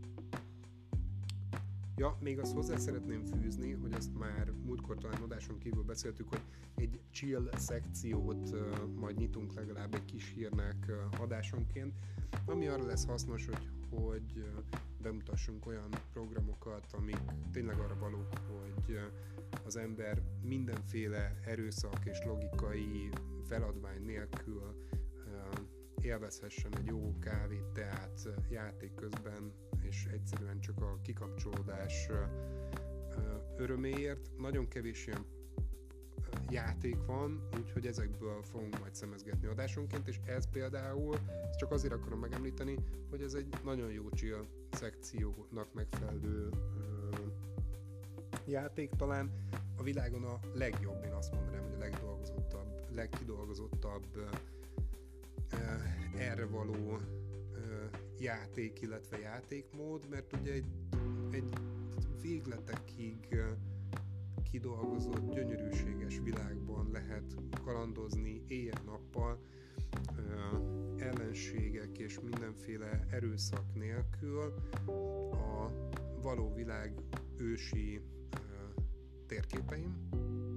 ja, még azt hozzá szeretném fűzni, hogy azt már múltkor talán adáson kívül beszéltük, hogy egy chill szekciót uh, majd nyitunk legalább egy kis hírnek uh, adásonként, ami arra lesz hasznos, hogy, hogy uh, bemutassunk olyan programokat, amik tényleg arra valók, hogy uh, az ember mindenféle erőszak és logikai feladvány nélkül uh, élvezhessen egy jó kávét, teát uh, játék közben, és egyszerűen csak a kikapcsolódás uh, öröméért. Nagyon kevés ilyen uh, játék van, úgyhogy ezekből fogunk majd szemezgetni adásonként, és ez például, ezt csak azért akarom megemlíteni, hogy ez egy nagyon jó chill szekciónak megfelelő uh, játék, talán a világon a legjobb, én azt mondanám, hogy a legdolgozottabb, legkidolgozottabb uh, uh, erre való uh, játék, illetve játékmód, mert ugye egy, egy végletekig uh, kidolgozott, gyönyörűséges világban lehet kalandozni éjjel-nappal, uh, ellenségek és mindenféle erőszak nélkül a való világ ősi térképeim,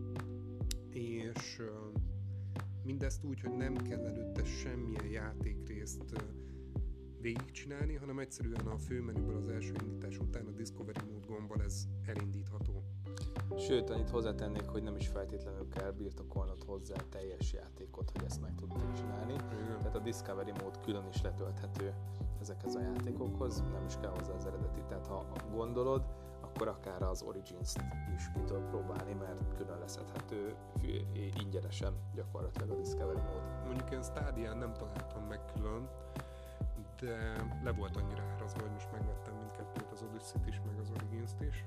és mindezt úgy, hogy nem kell előtte semmilyen játékrészt végigcsinálni, hanem egyszerűen a főmenüből az első indítás után a Discovery Mode gombbal ez elindítható. Sőt, annyit hozzátennék, hogy nem is feltétlenül kell birtokolnod hozzá a teljes játékot, hogy ezt meg tudod csinálni. Igen. Tehát a Discovery Mode külön is letölthető ezekhez a játékokhoz, nem is kell hozzá az eredeti. Tehát ha gondolod, akkor akár az Origins-t is ki tudod próbálni, mert külön leszedhető ingyenesen gyakorlatilag a Discovery Mode. Mondjuk én Stadián nem találtam meg külön, de le volt annyira árazva, hogy most megvettem mindkettőt, az Odyssey-t is, meg az Origins-t is.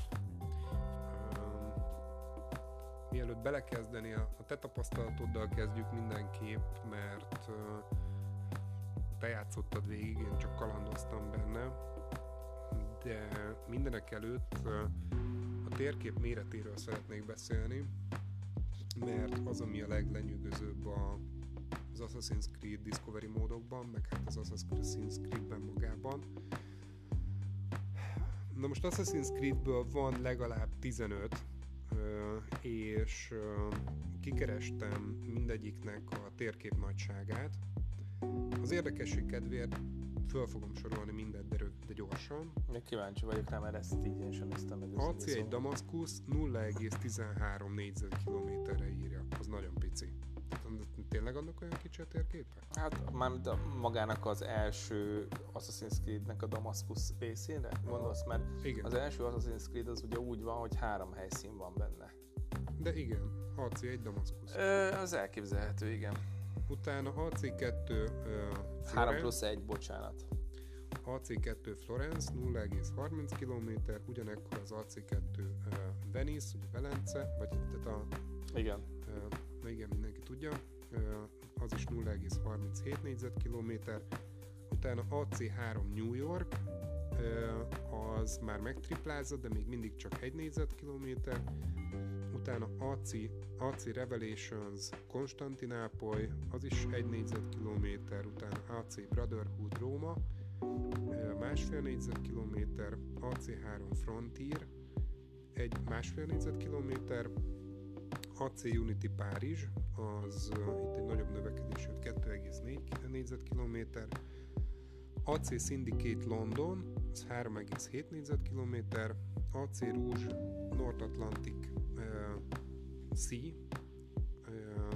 Um, mielőtt belekezdeni, a, a te tapasztalatoddal kezdjük mindenképp, mert uh, te játszottad végig, én csak kalandoztam benne, de mindenek előtt uh, a térkép méretéről szeretnék beszélni, mert az, ami a leglenyűgözőbb a az Assassin's Creed Discovery módokban, meg hát az Assassin's Creedben magában. Na most Assassin's Creedből van legalább tizenöt, és kikerestem mindegyiknek a térkép nagyságát. Az érdekesség kedvéért föl fogom sorolni mindent, de, rög, de gyorsan. Még kíváncsi vagyok rá, mert ezt így én sem néztem meg. á cé egy Damascus nulla egész tizenhárom négyzetkilométerre írja, az nagyon pici. Tényleg annak olyan kicsi a térképe? Hát mármint magának az első Assassin's Creed-nek a Damascus részére gondolsz, mert igen. Az első Assassin's Creed az ugye úgy van, hogy három helyszín van benne. De igen, á cé egy Damascus. Ö, az elképzelhető, igen. Utána á cé kettő uh, három plusz egy, bocsánat. á cé kettő Florence nulla egész harminc kilométer, ugyanekkor az á cé kettő uh, Venice, ugye Velence, vagy tehát a... Igen. Uh, na igen, mindenki tudja. Uh, az is nulla egész harminchét négyzetkilométer. Utána á cé három New York, uh, az már megtriplázott, de még mindig csak egy négyzetkilométer. Utána á cé, á cé Revelations Konstantinápoly, az is egy négyzetkilométer. Utána á cé Brotherhood Róma, uh, másfél négyzetkilométer. á cé három Frontier, egy másfél négyzetkilométer. á cé Unity Párizs, az uh, itt egy nagyobb növekedés, kettő egész négy négyzetkilométer. á cé Syndicate London, az három egész hét négyzetkilométer. á cé Rouge North Atlantic uh, Sea, uh,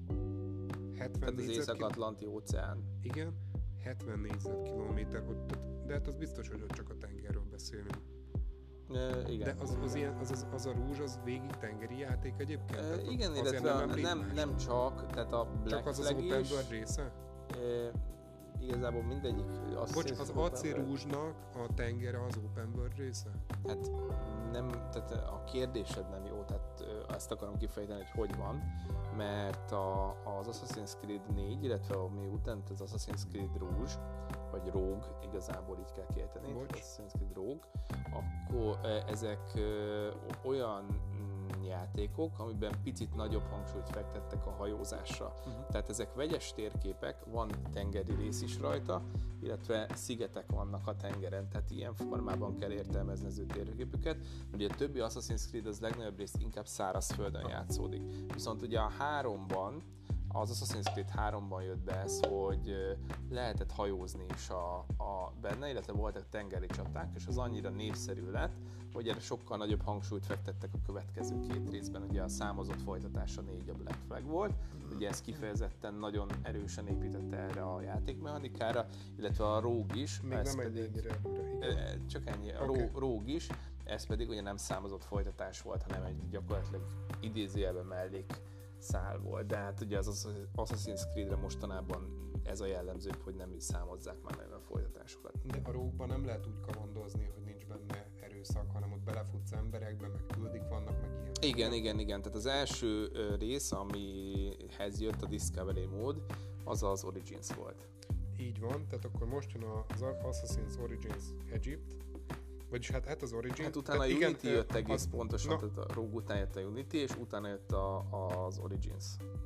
hetven négyzetkilométer. Az Észak-Atlanti óceán. Igen, hetven négyzetkilométer, de hát az biztos, hogy ott csak a tengerről beszélünk. E, igen. De az, az, ilyen, az, az, az a Rouge, az végig tengeri játék egyébként? E, igen, illetve nem, nem, nem csak, tehát a Black csak az az open world része? E, igazából mindegyik... Bocs, az á cé Rouge-nak a tengere az open world része? Hát nem, tehát a kérdésed nem jó, tehát ezt akarom kifejteni, hogy hogy van, mert a, az Assassin's Creed négy, illetve ami után az Assassin's Creed Rouge, vagy Rogue, igazából így kell kiejteni, Assassin's Creed Rogue, akkor ezek olyan játékok, amiben picit nagyobb hangsúlyt fektettek a hajózásra. Uh-huh. Tehát ezek vegyes térképek, van tengeri rész is rajta, illetve szigetek vannak a tengeren, tehát ilyen formában kell értelmezni az ő térképüket. Ugye a többi Assassin's Creed az legnagyobb részt inkább szárazföldön játszódik. Viszont ugye a háromban, az Assassin's Creed háromban jött be ez, hogy lehetett hajózni is a, a benne, illetve voltak tengeri csaták, és az annyira népszerű lett, hogy erre sokkal nagyobb hangsúlyt fektettek a következő két részben. Ugye a számozott folytatása négy a Black Flag volt, ugye ez kifejezetten nagyon erősen építette erre a játékmechanikára, illetve a Rogue is. Még nem pedig, ennyire előre, csak ennyi, a okay. Rogue is, ez pedig ugye nem számozott folytatás volt, hanem egy gyakorlatilag idézőjelben mellék szál volt, de hát ugye az Assassin's Creed-re mostanában ez a jellemző, hogy nem is számozzák már nagyon a folytatásokat. De a Rogue-ban nem lehet úgy kalandozni, hogy nincs benne erőszak, hanem ott belefutsz emberekbe, meg küldik vannak, meg ilyen. Igen, igen, igen. Tehát az első rész, amihez jött a Discovery mód, az az Origins volt. Így van, tehát akkor most jön az Assassin's Origins Egypt, vagyis hát, hát az Origins... Hát utána a Unity igen, jött egész az, pontosan, na, tehát a Rogue után jött a Unity, és utána jött a, az Origins.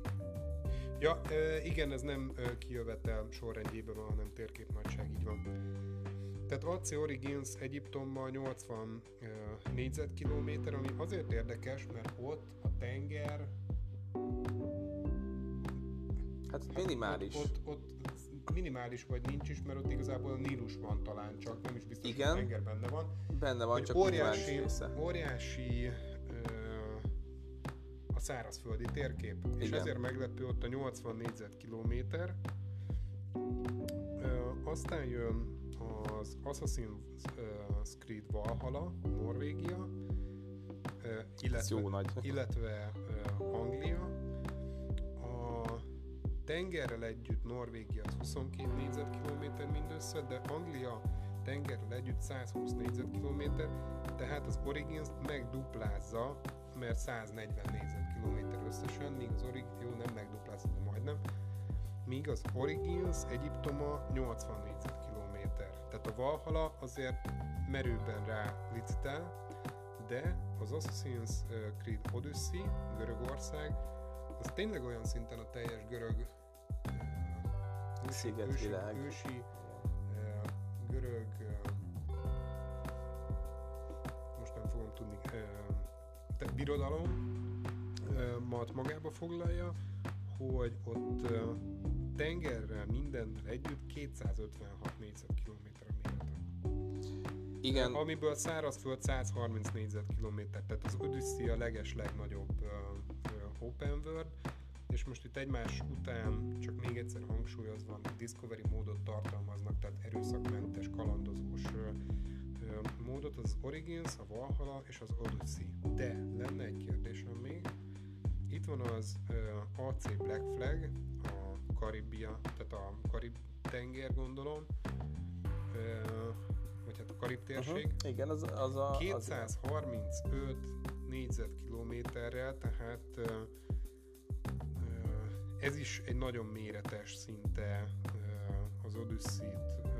Ja, igen, ez nem kijövetel sorrendjében van, hanem térképnagyság, így van. Tehát á cé Origins Egyiptomban nyolcvan uh, négyzetkilométer, ami azért érdekes, mert ott a tenger... Hát minimális. Ott, ott, ott minimális vagy nincs is, mert ott igazából a Nílus van talán, csak nem is biztos, igen, hogy a tenger benne van. Benne van, csak óriási, óriási ö, a szárazföldi térkép. Igen. És ezért meglepő ott a nyolcvan négyzetkilométer. Ö, aztán jön az Assassin's Creed Valhalla, Norvégia, ö, illetve, jó nagy. illetve ö, Anglia. Tengerrel együtt Norvégia az huszonkét négyzetkilométer mindössze, de Anglia tengerrel együtt százhúsz négyzetkilométer, tehát az Origins megduplázza, mert száznegyven négyzetkilométer összesen, míg az Origins, jó, nem megduplázza, de majdnem, míg az Origins Egyiptoma nyolcvan négyzetkilométer. Tehát a Valhalla azért merőben rá licitál, de az Assassin's Creed Odyssey, Görögország, az tényleg olyan szinten a teljes görög uh, ősi, ősi, ősi uh, görög uh, most nem fogom tudni uh, birodalom uh, mat magába foglalja, hogy ott uh, tengerrel mindennel együtt kétszázötvenhat négyzetkilométer a mérete. Igen. Uh, amiből szárazföld százharminc négyzetkilométer, tehát az Odyssey a leges legnagyobb uh, open world, és most itt egymás után csak még egyszer hangsúlyozva, Discovery módot tartalmaznak, tehát erőszakmentes, kalandozós ö, ö, módot, az Origins, a Valhalla és az Odyssey. De lenne egy kérdésem még. Itt van az ö, á cé Black Flag, a Karibia, tehát a Karib-tenger gondolom, ö, vagy hát a Karib-térség. Uh-huh. Igen, az, az a... kétszázharmincöt négyzetkilométerrel, tehát ö, ö, ez is egy nagyon méretes szinte ö, az Odyssey-t ö,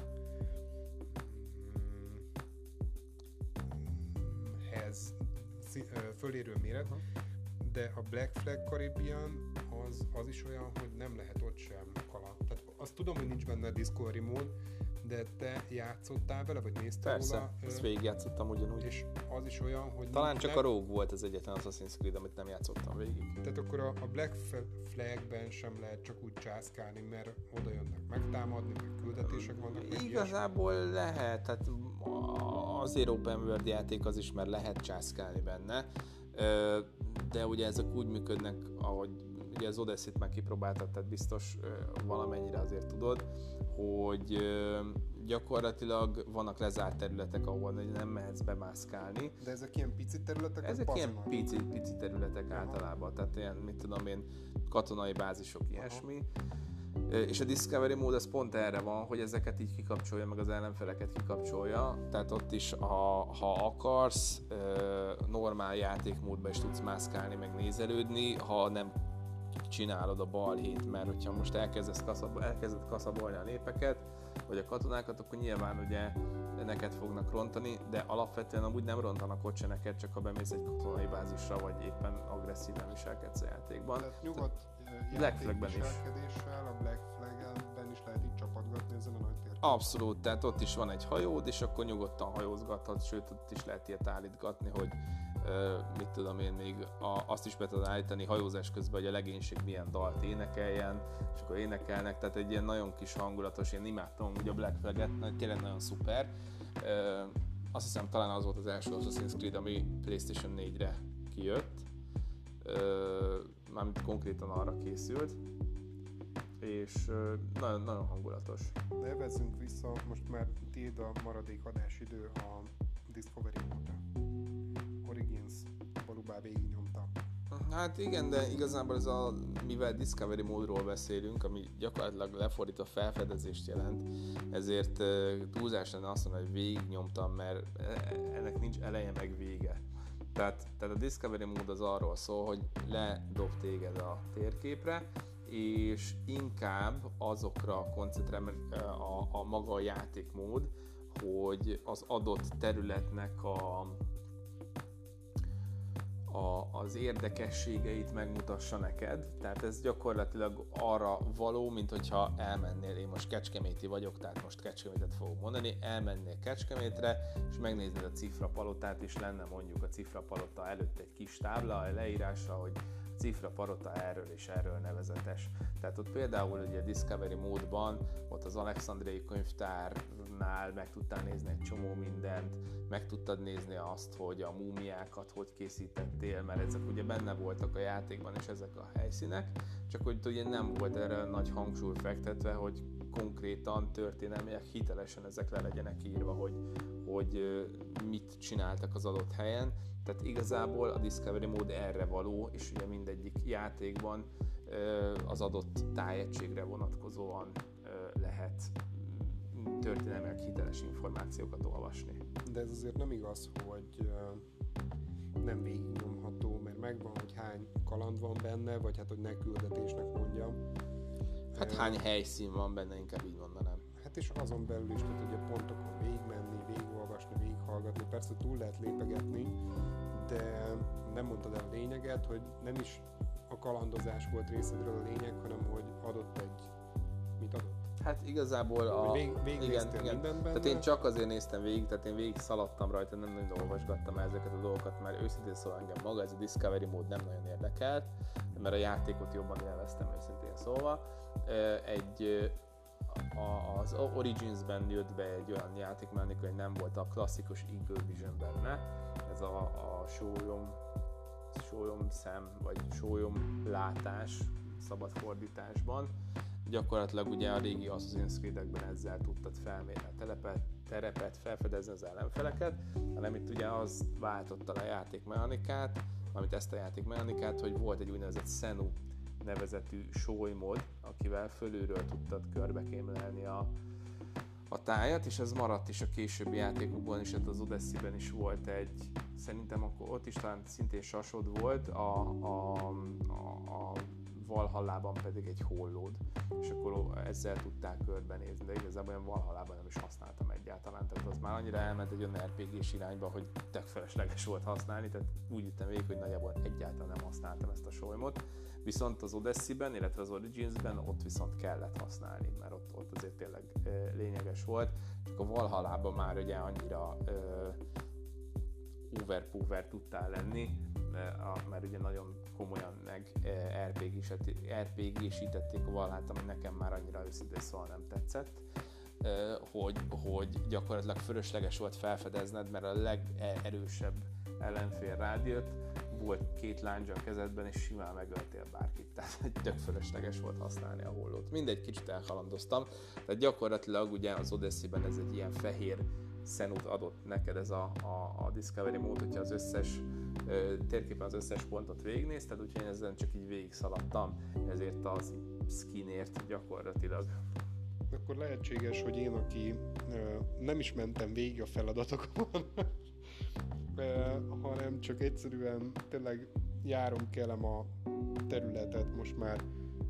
hez szí, ö, fölérő méret, uh-huh. De a Black Flag Caribbean az, az is olyan, hogy nem lehet ott sem kaland. Tehát azt tudom, hogy nincs benne a Discovery mód, de te játszottál vele, vagy néztél Persze, róla? Persze, ezt végigjátszottam ugyanúgy. És az is olyan, hogy... Talán nincs, csak nem... a Rogue volt az egyetlen Assassin's Creed, amit nem játszottam végig. Tehát akkor a, a Black Flagben sem lehet csak úgy császkálni, mert oda jönnek megtámadni, meg küldetések vannak. Meg igazából ilyesmi. Lehet, tehát azért open world játék az is, mert lehet császkálni benne, de ugye ezek úgy működnek, ahogy ugye az Odyssey-t már kipróbáltad, tehát biztos valamennyire azért tudod, hogy gyakorlatilag vannak lezárt területek, ahol nem mehetsz bemászkálni. De ezek ilyen pici területek? Ezek ilyen pici, pici területek Aha. általában, tehát ilyen, mit tudom én, katonai bázisok, ilyesmi. Aha. És a Discovery mód az pont erre van, hogy ezeket így kikapcsolja, meg az ellenfeleket kikapcsolja, tehát ott is, ha, ha akarsz, normál játékmódban is tudsz mászkálni, meg nézelődni, ha nem csinálod a balhét, mert hogyha most elkezdesz kaszab, elkezded kaszabolni a népeket, vagy a katonákat, akkor nyilván ugye neked fognak rontani, de alapvetően amúgy nem rontanak ott se neked, csak ha bemész egy katonai bázisra, vagy éppen agresszíven viselkedsz a játékban. Tehát nyugodt játékviselkedéssel, a Black Flag-ben is lehet így csapatgatni ezen a nagy térképen. Abszolút, tehát ott is van egy hajód, és akkor nyugodtan hajózgathatsz, sőt ott is lehet ilyet állítgatni, hogy Uh, mit tudom én még, a, azt is be tudod állítani hajózás közben, hogy a legénység milyen dalt énekeljen, és akkor énekelnek, tehát egy ilyen nagyon kis hangulatos, én imádtam ugye a Black Flag-et, tényleg nagyon szuper. Uh, azt hiszem talán az volt az első Assassin's Creed, ami PlayStation négyre kijött, uh, mármint konkrétan arra készült, és uh, nagyon, nagyon hangulatos. De evezzünk vissza, most már tiéd a maradék adásidő a Discovery módra. Origins valóban végignyomta. Hát igen, de igazából ez a, mivel Discovery módról beszélünk, ami gyakorlatilag lefordítva felfedezést jelent, ezért túlzás lenne azt mondani, hogy végignyomtam, mert ennek nincs eleje meg vége. Tehát, tehát a Discovery mód az arról szól, hogy ledob téged a térképre, és inkább azokra koncentrál a, a maga a játékmód, hogy az adott területnek a a, az érdekességeit megmutassa neked, tehát ez gyakorlatilag arra való, mint hogyha elmennél, én most kecskeméti vagyok, tehát most Kecskemétet fogok mondani, elmennél Kecskemétre, és megnéznéd a Cifrapalotát, és lenne mondjuk a Cifrapalota előtt egy kis tábla, a leírása, hogy Cifrapalota erről és erről nevezetes. Tehát ott például ugye Discovery módban, ott az Alexandriai könyvtárnál meg tudtál nézni egy csomó mindent, meg tudtad nézni azt, hogy a múmiákat hogy készítettél, mert ezek ugye benne voltak a játékban és ezek a helyszínek, csak hogy ugye nem volt erre nagy hangsúly fektetve, hogy konkrétan, történelmileg hitelesen ezek le legyenek írva, hogy, hogy mit csináltak az adott helyen. Tehát igazából a Discovery mód erre való, és ugye mindegyik játékban az adott tájegységre vonatkozóan lehet történelmileg hiteles információkat olvasni. De ez azért nem igaz, hogy nem végignyomható, mert megvan, hogy hány kaland van benne, vagy hát, hogy ne küldetésnek mondjam. Hát hány helyszín van benne, inkább így mondanám. Hát és azon belül is, tehát ugye pontokon végigmenni, végigolvasni, végighallgatni, persze túl lehet lépegetni, de nem mondtad el a lényeget, hogy nem is a kalandozás volt részedről a lényeg, hanem hogy adott egy... Mit adott? Hát igazából a... Vég, igen, igen. Tehát én csak azért néztem végig, tehát én végig szaladtam rajta, nem nagyon olvasgattam ezeket a dolgokat, mert őszintén szóval engem maga ez a Discovery mód nem nagyon érdekelt, mert a játékot jobban élveztem őszintén szóval. Egy... az Origins-ben jött be egy olyan játékmechanika, hogy nem volt a klasszikus Eagle Vision benne, ez a, a sólyom, sólyom szem, vagy sólyom látás szabad fordításban. Gyakorlatilag ugye a régi Assassin's Creed-ekben ezzel tudtad felmérni a telepet, terepet, felfedezni az ellenfeleket, hanem itt ugye az váltotta a játékmechanikát, amit ezt a játékmechanikát, hogy volt egy úgynevezett Senu nevezetű sólymód, akivel fölülről tudtad körbekémlelni a, a tájat, és ez maradt is a későbbi játékokban is, hát az Odyssey-ben is volt egy, szerintem akkor ott is talán szintén sasod volt, a, a, a, a Valhallában pedig egy hollód, és akkor ezzel tudták körbenézni, de igazából olyan Valhallában nem is használtam egyáltalán, tehát az már annyira elment egy olyan er pé gés irányba, hogy tök felesleges volt használni, tehát úgy jöttem végig, hogy nagyjából egyáltalán nem használtam ezt a solymot, viszont az Odyssey-ben, illetve az Origins-ben ott viszont kellett használni, mert ott, ott azért tényleg e, lényeges volt, csak a Valhallában már ugye annyira e, overpower tudtál lenni, mert ugye nagyon komolyan meg er pé gésítették a Valhát, ami nekem már annyira őszintén szóval nem tetszett, hogy, hogy gyakorlatilag fölösleges volt felfedezned, mert a legerősebb ellenfél rád jött, volt két lándzsa a kezedben, és simán megöltél bárkit, tehát tök fölösleges volt használni a hollót. Mindegy, kicsit elhalandoztam, tehát gyakorlatilag ugye az Odyssey-ben ez egy ilyen fehér szenút adott neked ez a, a, a Discovery mód, hogyha az összes ö, térképen az összes pontot végignézted, úgyhogy én ezen csak így végig szaladtam, ezért az skinért gyakorlatilag. Akkor lehetséges, hogy én, aki ö, nem is mentem végig a feladatokon, ö, hanem csak egyszerűen tényleg járom kellem a területet most már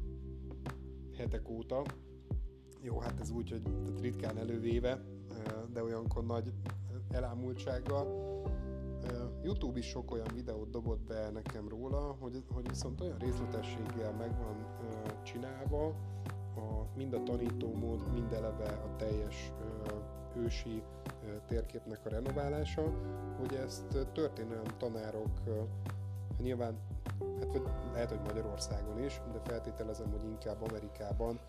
hetek óta. Jó, hát ez úgy, hogy tehát ritkán elővéve, de olyankor nagy elámultsággal. YouTube is sok olyan videót dobott be nekem róla, hogy, hogy viszont olyan részletességgel meg van csinálva, a, mind a tanítómód, mind eleve a teljes ősi térképnek a renoválása, hogy ezt történelmi tanárok nyilván, hát vagy lehet, hogy Magyarországon is, de feltételezem, hogy inkább Amerikában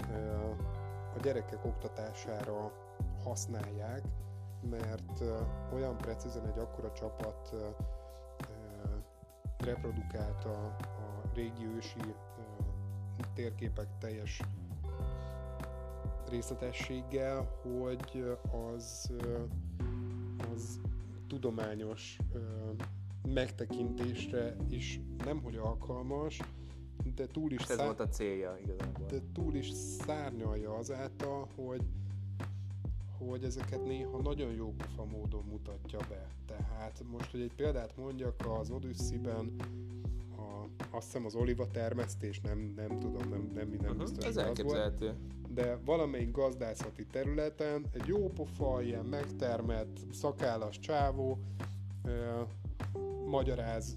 a gyerekek oktatására használják, mert olyan precízen egy akkora csapat reprodukálta a régi ősi térképek teljes részletességgel, hogy az, az tudományos megtekintésre is nemhogy alkalmas, de túl is, ez szár... volt a célja igazából. De túl is szárnyalja azáltal, hogy hogy ezeket néha nagyon jó pofa módon mutatja be. Tehát most, hogy egy példát mondjak, az Odyssey-ben a, azt hiszem az oliva termesztés, nem, nem tudom, nem, nem minden uh-huh, biztos, ez elképzelhető. Volt, de valamelyik gazdászati területen egy jó pofa, ilyen megtermett, szakállas csávó ö, magyaráz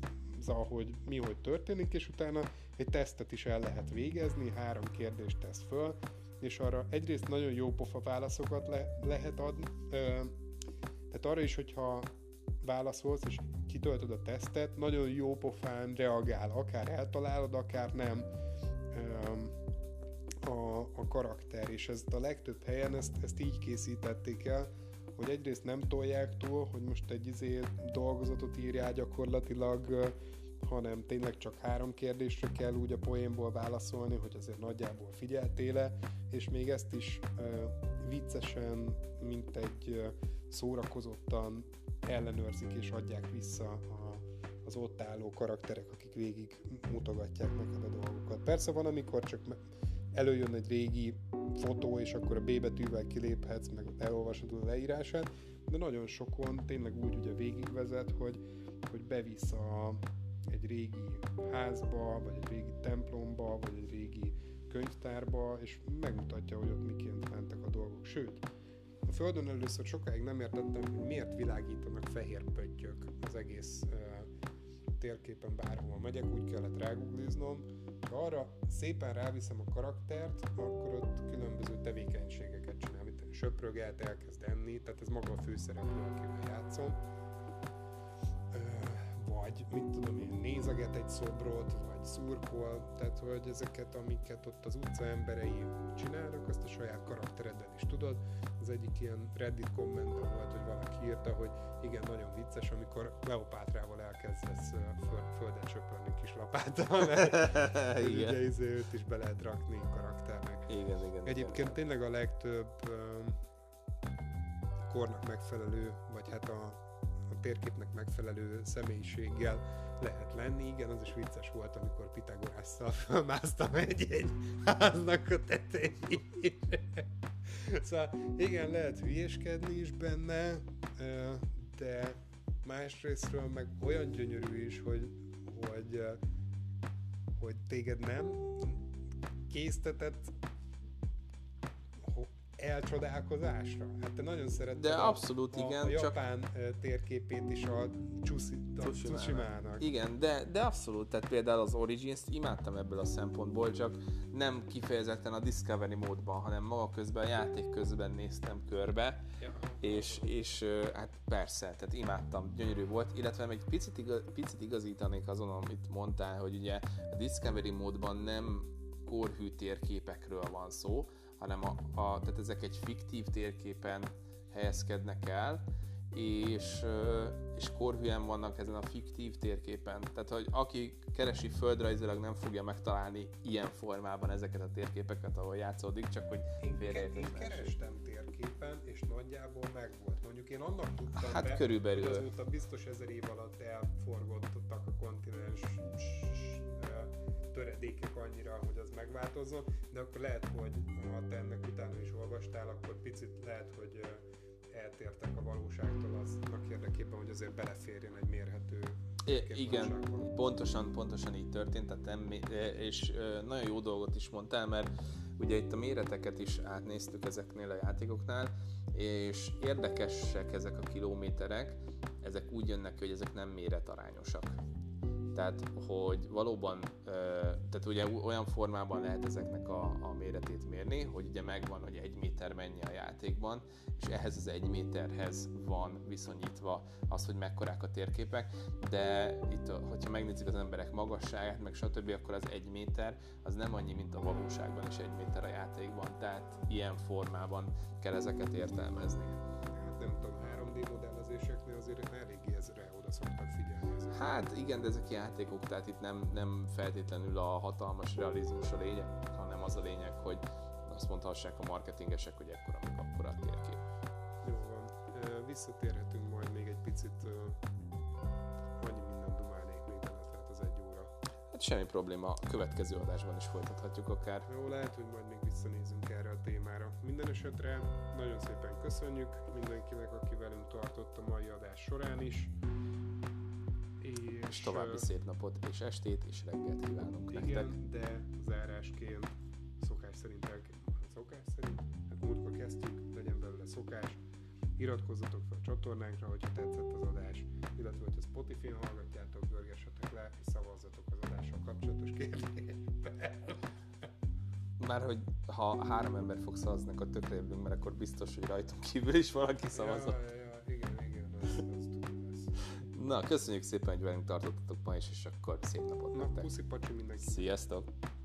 elmagyarázza, hogy mi hogy történik, és utána egy tesztet is el lehet végezni, három kérdést tesz föl, és arra egyrészt nagyon jó pofa válaszokat le- lehet adni, ö, tehát arra is, hogyha válaszolsz, és kitöltöd a tesztet, nagyon jó pofán reagál, akár eltalálod, akár nem ö, a, a karakter, és ezt a legtöbb helyen ezt, ezt így készítették el, hogy egyrészt nem tolják túl, hogy most egy izé dolgozatot írjál gyakorlatilag, hanem tényleg csak három kérdésre kell úgy a poénból válaszolni, hogy azért nagyjából figyeltél-e, és még ezt is uh, viccesen, mint egy uh, szórakozottan ellenőrzik és adják vissza a, az ott álló karakterek, akik végig mutogatják neked a dolgokat. Persze van, amikor csak előjön egy régi fotó, és akkor a B betűvel kiléphetsz, meg elolvasod a leírását, de nagyon sokon tényleg úgy ugye végigvezet, hogy, hogy bevisz a, egy régi házba, vagy egy régi templomba, vagy egy régi könyvtárba, és megmutatja, hogy ott miként mentek a dolgok. Sőt, a Földön először sokáig nem értettem, hogy miért világítanak fehér pöttyök az egész uh, térképen bárhol megyek, úgy kellett rágoogliznom. Ha arra szépen ráviszem a karaktert, akkor ott különböző tevékenységeket csinál, mint söprögelt, elkezd enni, tehát ez maga a főszereplő, akivel játszom. Vagy, mit tudom én, nézeget egy szobrot, vagy szurkol, tehát hogy ezeket, amiket ott az utca emberei csinálnak, azt a saját karaktereddel is tudod. Az egyik ilyen Reddit kommentben volt, hogy valaki írta, hogy igen, nagyon vicces, amikor Kleopátrával elkezdesz föl, földet söpörni kis lapáttal, mert ugye izé, őt is be lehet rakni karakternek. Igen, igen. Egyébként igen. tényleg a legtöbb um, kornak megfelelő, vagy hát a a térképnek megfelelő személyiséggel lehet lenni. Igen, az is vicces volt, amikor Pitagorásszal fölmásztam egy-egy háznak a tetejére. Szóval igen, lehet hülyéskedni is benne, de másrésztről meg olyan gyönyörű is, hogy, hogy, hogy téged nem késztetett elcsodálkozásra. Hát te nagyon szereted de a, abszolút, a, igen, a japán csak térképét is a Tsushimának. Igen, de, de abszolút, tehát például az Origins-t imádtam ebből a szempontból, csak nem kifejezetten a Discovery módban, hanem maga közben, a játék közben néztem körbe, ja. és, és hát persze, tehát imádtam, gyönyörű volt, illetve még picit, igaz, picit igazítanék azon, amit mondtál, hogy ugye a Discovery módban nem korhű térképekről van szó, hanem a, a, tehát ezek egy fiktív térképen helyezkednek el, és, és korhűen vannak ezen a fiktív térképen. Tehát, hogy aki keresi földrajzilag, nem fogja megtalálni ilyen formában ezeket a térképeket, ahol játszódik, csak hogy félreértés. Én kerestem térképen, és nagyjából megvolt. Mondjuk én annak tudtam hát be, körülbelül. hogy azóta biztos ezer év alatt elforgottak a kontinens töredékek annyira, hogy az megváltozzon, de akkor lehet, hogy ha te ennek utána is olvastál, akkor picit lehet, hogy eltértek a valóságtól aznak érdekében, hogy azért beleférjen egy mérhető I- igen, pontosan, pontosan így történt, tehát nem, és nagyon jó dolgot is mondtál, mert ugye itt a méreteket is átnéztük ezeknél a játékoknál, és érdekesek ezek a kilométerek, ezek úgy jönnek, hogy ezek nem méretarányosak. Tehát, hogy valóban, tehát ugye olyan formában lehet ezeknek a, a méretét mérni, hogy ugye megvan, hogy egy méter mennyi a játékban, és ehhez az egy méterhez van viszonyítva az, hogy mekkorák a térképek, de itt, hogyha megnézzük az emberek magasságát, meg stb., akkor az egy méter, az nem annyi, mint a valóságban is egy méter a játékban, tehát ilyen formában kell ezeket értelmezni. Hát nem tudom, három dé modellezéseknél azért eléggé ezre oda szoktak figyelni. Ezek. Hát igen, de ezek játékok, tehát itt nem, nem feltétlenül a hatalmas realizmus a lényeg, hanem az a lényeg, hogy azt mondhassák a marketingesek, hogy ekkora, meg akkora a térkép. Jó van. Visszatérhetünk majd még egy picit, annyi minden dumálnék még benne, tehát az egy óra. Hát semmi probléma, a következő adásban is folytathatjuk akár. Jó, lehet, hogy majd még visszanézünk erre a témára. Minden esetre nagyon szépen köszönjük mindenkinek, aki velünk tartott a mai adás során is. És, és további szép napot és estét és reggelt kívánunk igen, nektek. Igen, de zárásként szokás szerint, el, szokás szerint, hát múltkor kezdtük, legyen belőle szokás, iratkozzatok fel a csatornánkra, hogyha tetszett az adás, illetve hogyha Spotify-n hallgatjátok, görgessetek le, és szavazzatok az adással kapcsolatos kérdésben. Már hogy ha három ember fog szavazni, akkor tökre jövünk, mert akkor biztos, hogy rajtunk kívül is valaki szavazott. Ja, ja, ja, igen, igen, az, az tudom lesz. Na, köszönjük szépen, hogy velünk tartottatok ma is, és akkor szép napot Na, nektek. puszi pacsi mindenki. Sziasztok!